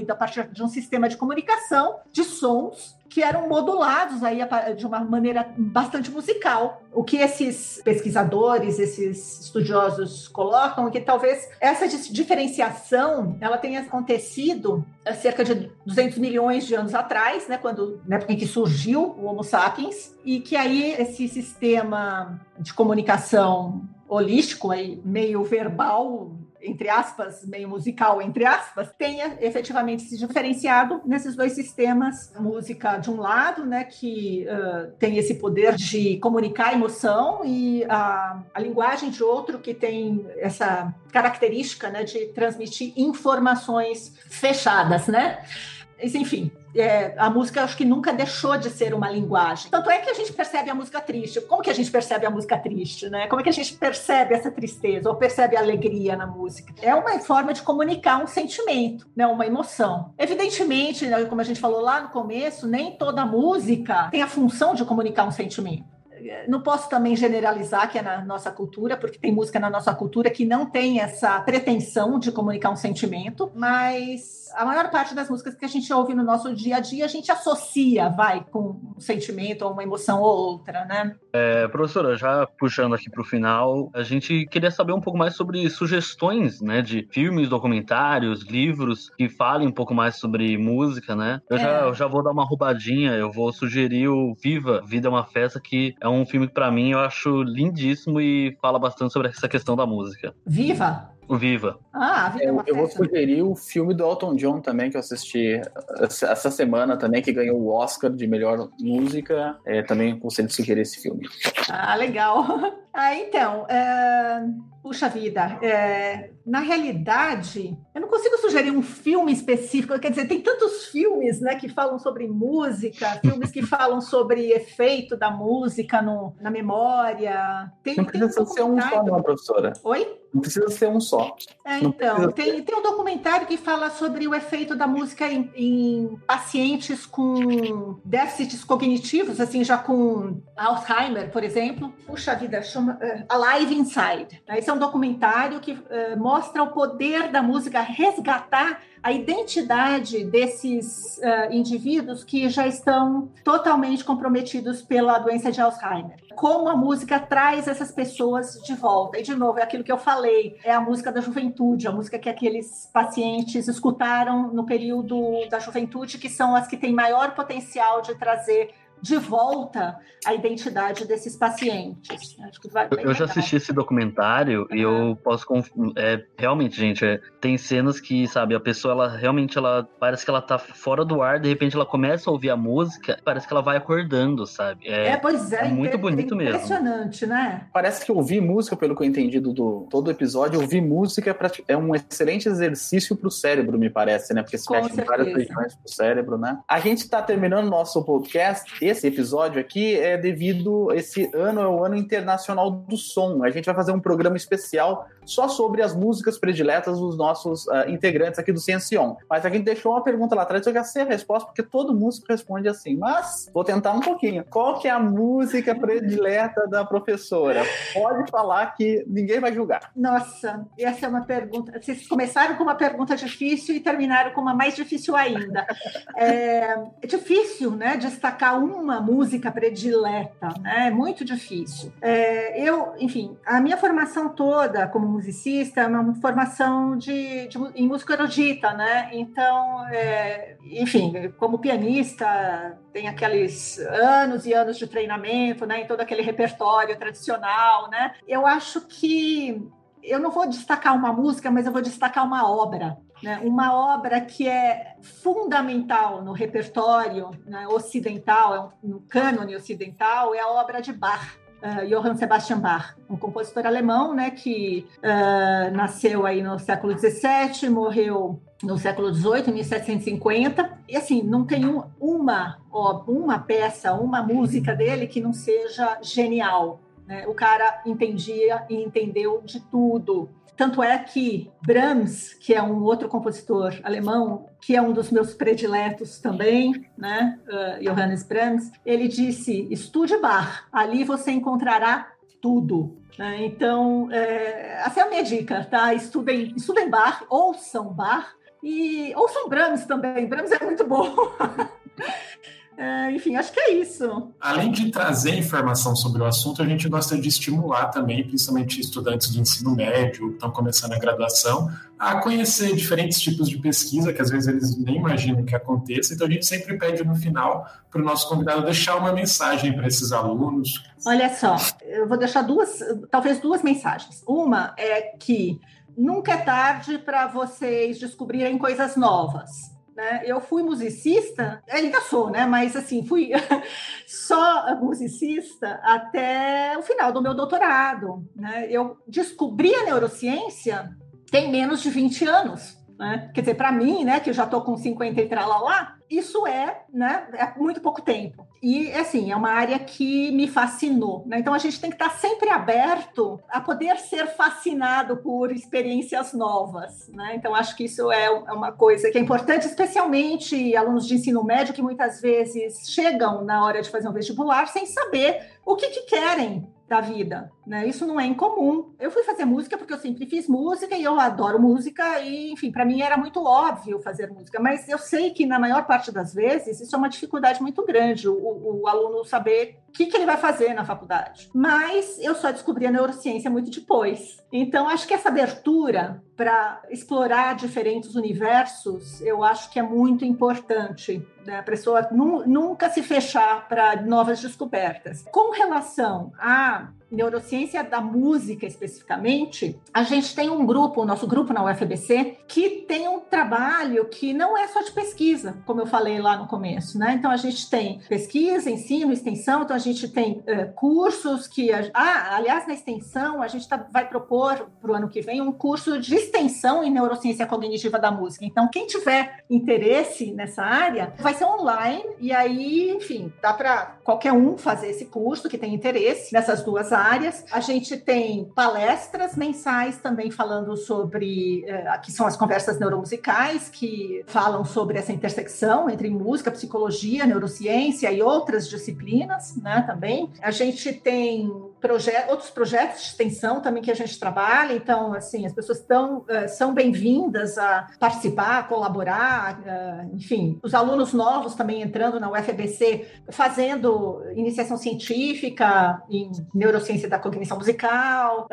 construído a partir de um sistema de comunicação de sons que eram modulados aí de uma maneira bastante musical. O que esses pesquisadores, esses estudiosos colocam é que talvez essa diferenciação ela tenha acontecido há cerca de duzentos milhões de anos atrás, né, quando, na época em que surgiu o Homo sapiens, e que aí esse sistema de comunicação holístico, aí, meio verbal, entre aspas, meio musical, entre aspas, tenha efetivamente se diferenciado nesses dois sistemas. A música, de um lado, né, que uh, tem esse poder de comunicar emoção, e a, a linguagem de outro, que tem essa característica, né, de transmitir informações fechadas, né? Isso, enfim, é, a música acho que nunca deixou de ser uma linguagem. Tanto é que a gente percebe a música triste. Como que a gente percebe a música triste, né? Como é que a gente percebe essa tristeza ou percebe a alegria na música? É uma forma de comunicar um sentimento, né? Uma emoção. Evidentemente, né, como a gente falou lá no começo, nem toda música tem a função de comunicar um sentimento. Não posso também generalizar que é na nossa cultura, porque tem música na nossa cultura que não tem essa pretensão de comunicar um sentimento, mas a maior parte das músicas que a gente ouve no nosso dia a dia, a gente associa, vai, com um sentimento ou uma emoção ou outra, né? É, professora, já puxando aqui para o final, a gente queria saber um pouco mais sobre sugestões, né, de filmes, documentários, livros que falem um pouco mais sobre música, né? Eu, é. já, eu já vou dar uma roubadinha, eu vou sugerir o Viva, Vida é uma Festa, que é um filme que pra mim eu acho lindíssimo e fala bastante sobre essa questão da música. Viva? O Viva. Ah, a Vida é uma eu, eu vou Festa. sugerir o filme do Elton John também, que eu assisti essa semana também, que ganhou o Oscar de melhor música. É, também consigo sugerir esse filme. Ah, legal. Ah, então, é... puxa vida, é... na realidade, eu não consigo sugerir um filme específico, quer dizer, tem tantos filmes, né, que falam sobre música, filmes que falam sobre efeito da música no, na memória. Tem, não precisa tem um ser um só, não, professora. Oi? Não precisa ser um só. É, então, tem, tem um documentário que fala sobre o efeito da música em, em pacientes com déficits cognitivos, assim, já com Alzheimer, por exemplo. Puxa vida, chama uh, Alive Inside. Esse é um documentário que uh, mostra o poder da música resgatar a identidade desses uh, indivíduos que já estão totalmente comprometidos pela doença de Alzheimer. Como a música traz essas pessoas de volta. E, de novo, é aquilo que eu falei, é a música da juventude, a música que aqueles pacientes escutaram no período da juventude, que são as que têm maior potencial de trazer de volta a identidade desses pacientes. Acho que vai, eu, eu já assisti esse documentário uhum. e eu posso... É, realmente, gente, é, tem cenas que, sabe, a pessoa, ela realmente, ela parece que ela tá fora do ar, de repente ela começa a ouvir a música, parece que ela vai acordando, sabe? É, é pois é. É muito bonito é mesmo. Impressionante, né? Parece que ouvir música, pelo que eu entendi do, do todo o episódio, ouvir música é, pra, é um excelente exercício pro cérebro, me parece, né? Porque se mexe em várias regiões pro cérebro, né? A gente tá terminando o nosso podcast. Esse episódio aqui é devido, esse ano é o ano internacional do som. A gente vai fazer um programa especial só sobre as músicas prediletas dos nossos uh, integrantes aqui do Ciencion. Mas a gente deixou uma pergunta lá atrás, eu já sei a resposta, porque todo músico responde assim. Mas vou tentar um pouquinho. Qual que é a música predileta da professora? Pode falar que ninguém vai julgar. Nossa, essa é uma pergunta. Vocês começaram com uma pergunta difícil e terminaram com uma mais difícil ainda. É, é difícil, né, destacar uma música predileta, né? É muito difícil. É, eu, enfim, a minha formação toda como musicista é uma formação de, de, em música erudita, né? Então, é, enfim, como pianista, tem aqueles anos e anos de treinamento, né? Em todo aquele repertório tradicional, né? Eu acho que eu não vou destacar uma música, mas eu vou destacar uma obra, né? Uma obra que é fundamental no repertório, né, ocidental, é um, no cânone ocidental, é a obra de Bach. Uh, Johann Sebastian Bach, um compositor alemão, né, que uh, nasceu aí no século dezessete, morreu no século dezoito, em mil setecentos e cinquenta, e assim, não tem um, uma, ó, uma peça, uma música dele que não seja genial, né? O cara entendia e entendeu de tudo. Tanto é que Brahms, que é um outro compositor alemão, que é um dos meus prediletos também, né, uh, Johannes Brahms, ele disse, estude Bach, ali você encontrará tudo. Né? Então, é, essa é a minha dica, tá? Estudem, estudem Bach, ouçam Bach, E ouçam Brahms também, Brahms é muito bom. É, enfim, acho que é isso. Além de trazer informação sobre o assunto, a gente gosta de estimular também, principalmente estudantes do ensino médio, que estão começando a graduação, a conhecer diferentes tipos de pesquisa, que às vezes eles nem imaginam que aconteça. Então a gente sempre pede no final para o nosso convidado deixar uma mensagem para esses alunos. Olha só, eu vou deixar duas, talvez duas mensagens. Uma é que nunca é tarde para vocês descobrirem coisas novas. Né? Eu fui musicista, ainda sou, né? Mas assim, fui só musicista até o final do meu doutorado. Né? Eu descobri a neurociência tem menos de vinte anos. Né? Quer dizer, para mim, né, que eu já estou com cinquenta e tralalá, isso é, né, é muito pouco tempo. E, assim, é uma área que me fascinou. Né? Então, a gente tem que estar sempre aberto a poder ser fascinado por experiências novas. Né? Então, acho que isso é uma coisa que é importante, especialmente alunos de ensino médio que muitas vezes chegam na hora de fazer um vestibular sem saber o que, que querem da vida, né? Isso não é incomum. Eu fui fazer música porque eu sempre fiz música e eu adoro música e, enfim, para mim era muito óbvio fazer música, mas eu sei que na maior parte das vezes isso é uma dificuldade muito grande, o, o aluno saber o que, que ele vai fazer na faculdade. Mas eu só descobri a neurociência muito depois. Então, acho que essa abertura para explorar diferentes universos, eu acho que é muito importante, né? A pessoa nu- nunca se fechar para novas descobertas. Com relação à neurociência da música especificamente, a gente tem um grupo, o nosso grupo na U F B C, que tem um trabalho que não é só de pesquisa, como eu falei lá no começo, né? Então, a gente tem pesquisa, ensino, extensão, então a gente tem uh, cursos que... A, ah, aliás, na extensão, a gente tá, vai propor para o ano que vem um curso de extensão em neurociência cognitiva da música. Então, quem tiver interesse nessa área, vai ser online, e aí, enfim, dá para qualquer um fazer esse curso que tem interesse nessas duas áreas. A gente tem palestras mensais também falando sobre, eh, que são as conversas neuromusicais, que falam sobre essa intersecção entre música, psicologia, neurociência e outras disciplinas, né, também. A gente tem proje- outros projetos de extensão também que a gente trabalha, então, assim, as pessoas tão, uh, são bem-vindas a participar, a colaborar, uh, enfim, os alunos novos também entrando na U F B C, fazendo iniciação científica em neurociência da cognição musical,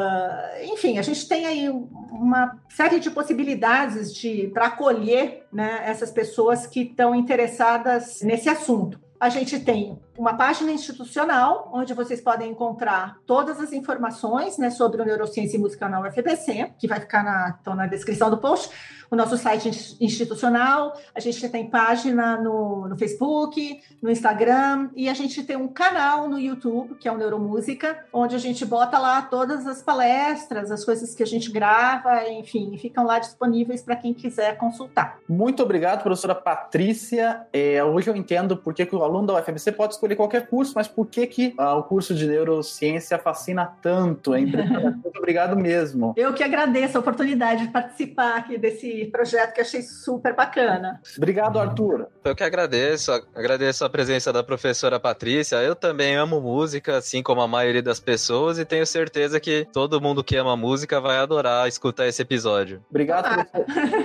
uh, enfim, a gente tem aí uma série de possibilidades de, para acolher, né, essas pessoas que estão interessadas nesse assunto. A gente tem uma página institucional, onde vocês podem encontrar todas as informações, né, sobre o neurociência e música na U F B C, que vai ficar na, então, na descrição do post. O nosso site institucional, a gente tem página no, no Facebook, no Instagram, e a gente tem um canal no YouTube, que é o Neuromúsica, onde a gente bota lá todas as palestras, as coisas que a gente grava, enfim, ficam lá disponíveis para quem quiser consultar. Muito obrigado, professora Patrícia. É, hoje eu entendo por que, que o aluno da U F B C pode escolher qualquer curso, mas por que, que ah, o curso de neurociência fascina tanto? É impressionante. Muito obrigado mesmo. Eu que agradeço a oportunidade de participar aqui desse projeto que achei super bacana. Obrigado, Arthur. Eu que agradeço, agradeço a presença da professora Patrícia. Eu também amo música, assim como a maioria das pessoas, e tenho certeza que todo mundo que ama música vai adorar escutar esse episódio. Obrigado, professor.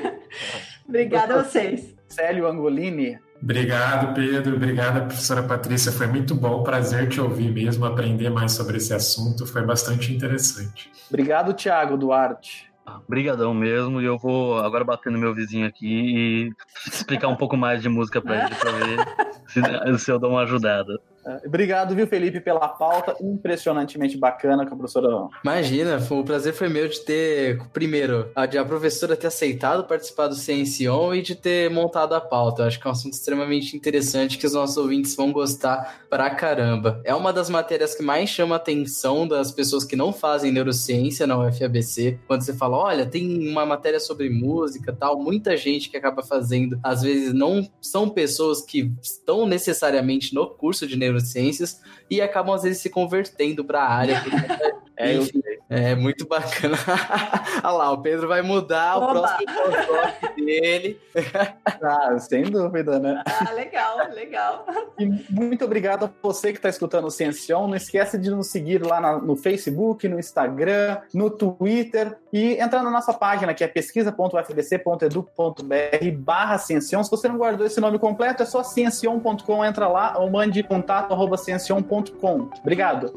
Obrigada a vocês. Célio Angolini. Obrigado, Pedro. Obrigado, professora Patrícia. Foi muito bom. Prazer te ouvir mesmo, aprender mais sobre esse assunto. Foi bastante interessante. Obrigado, Thiago Duarte. Obrigadão mesmo, e eu vou agora bater no meu vizinho aqui e explicar um pouco mais de música pra ele, pra ver se, se eu dou uma ajudada. Obrigado, viu, Felipe, pela pauta impressionantemente bacana com a professora. Imagina, foi, o prazer foi meu de ter, primeiro, a, de a professora ter aceitado participar do Ciência On e de ter montado a pauta. Eu acho que é um assunto extremamente interessante que os nossos ouvintes vão gostar pra caramba. É uma das matérias que mais chama a atenção das pessoas que não fazem neurociência na U F A B C. Quando você fala, olha, tem uma matéria sobre música e tal, muita gente que acaba fazendo, às vezes não são pessoas que estão necessariamente no curso de neurociência, neurociências e acabam às vezes se convertendo para a área. É, eu, É muito bacana. Olha lá, o Pedro vai mudar Oba. o próximo podcast dele. Ah, sem dúvida, né? Ah, legal, legal. E muito obrigado a você que está escutando o Ciencion. Não esquece de nos seguir lá na, no Facebook, no Instagram, no Twitter e entrar na nossa página que é pesquisa ponto u f b c ponto edu ponto b r barra Ciencion. Se você não guardou esse nome completo, é só ciencion ponto com, entra lá ou mande contato arroba ciencion ponto com. Obrigado.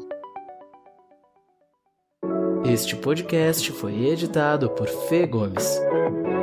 Este podcast foi editado por Fê Gomes.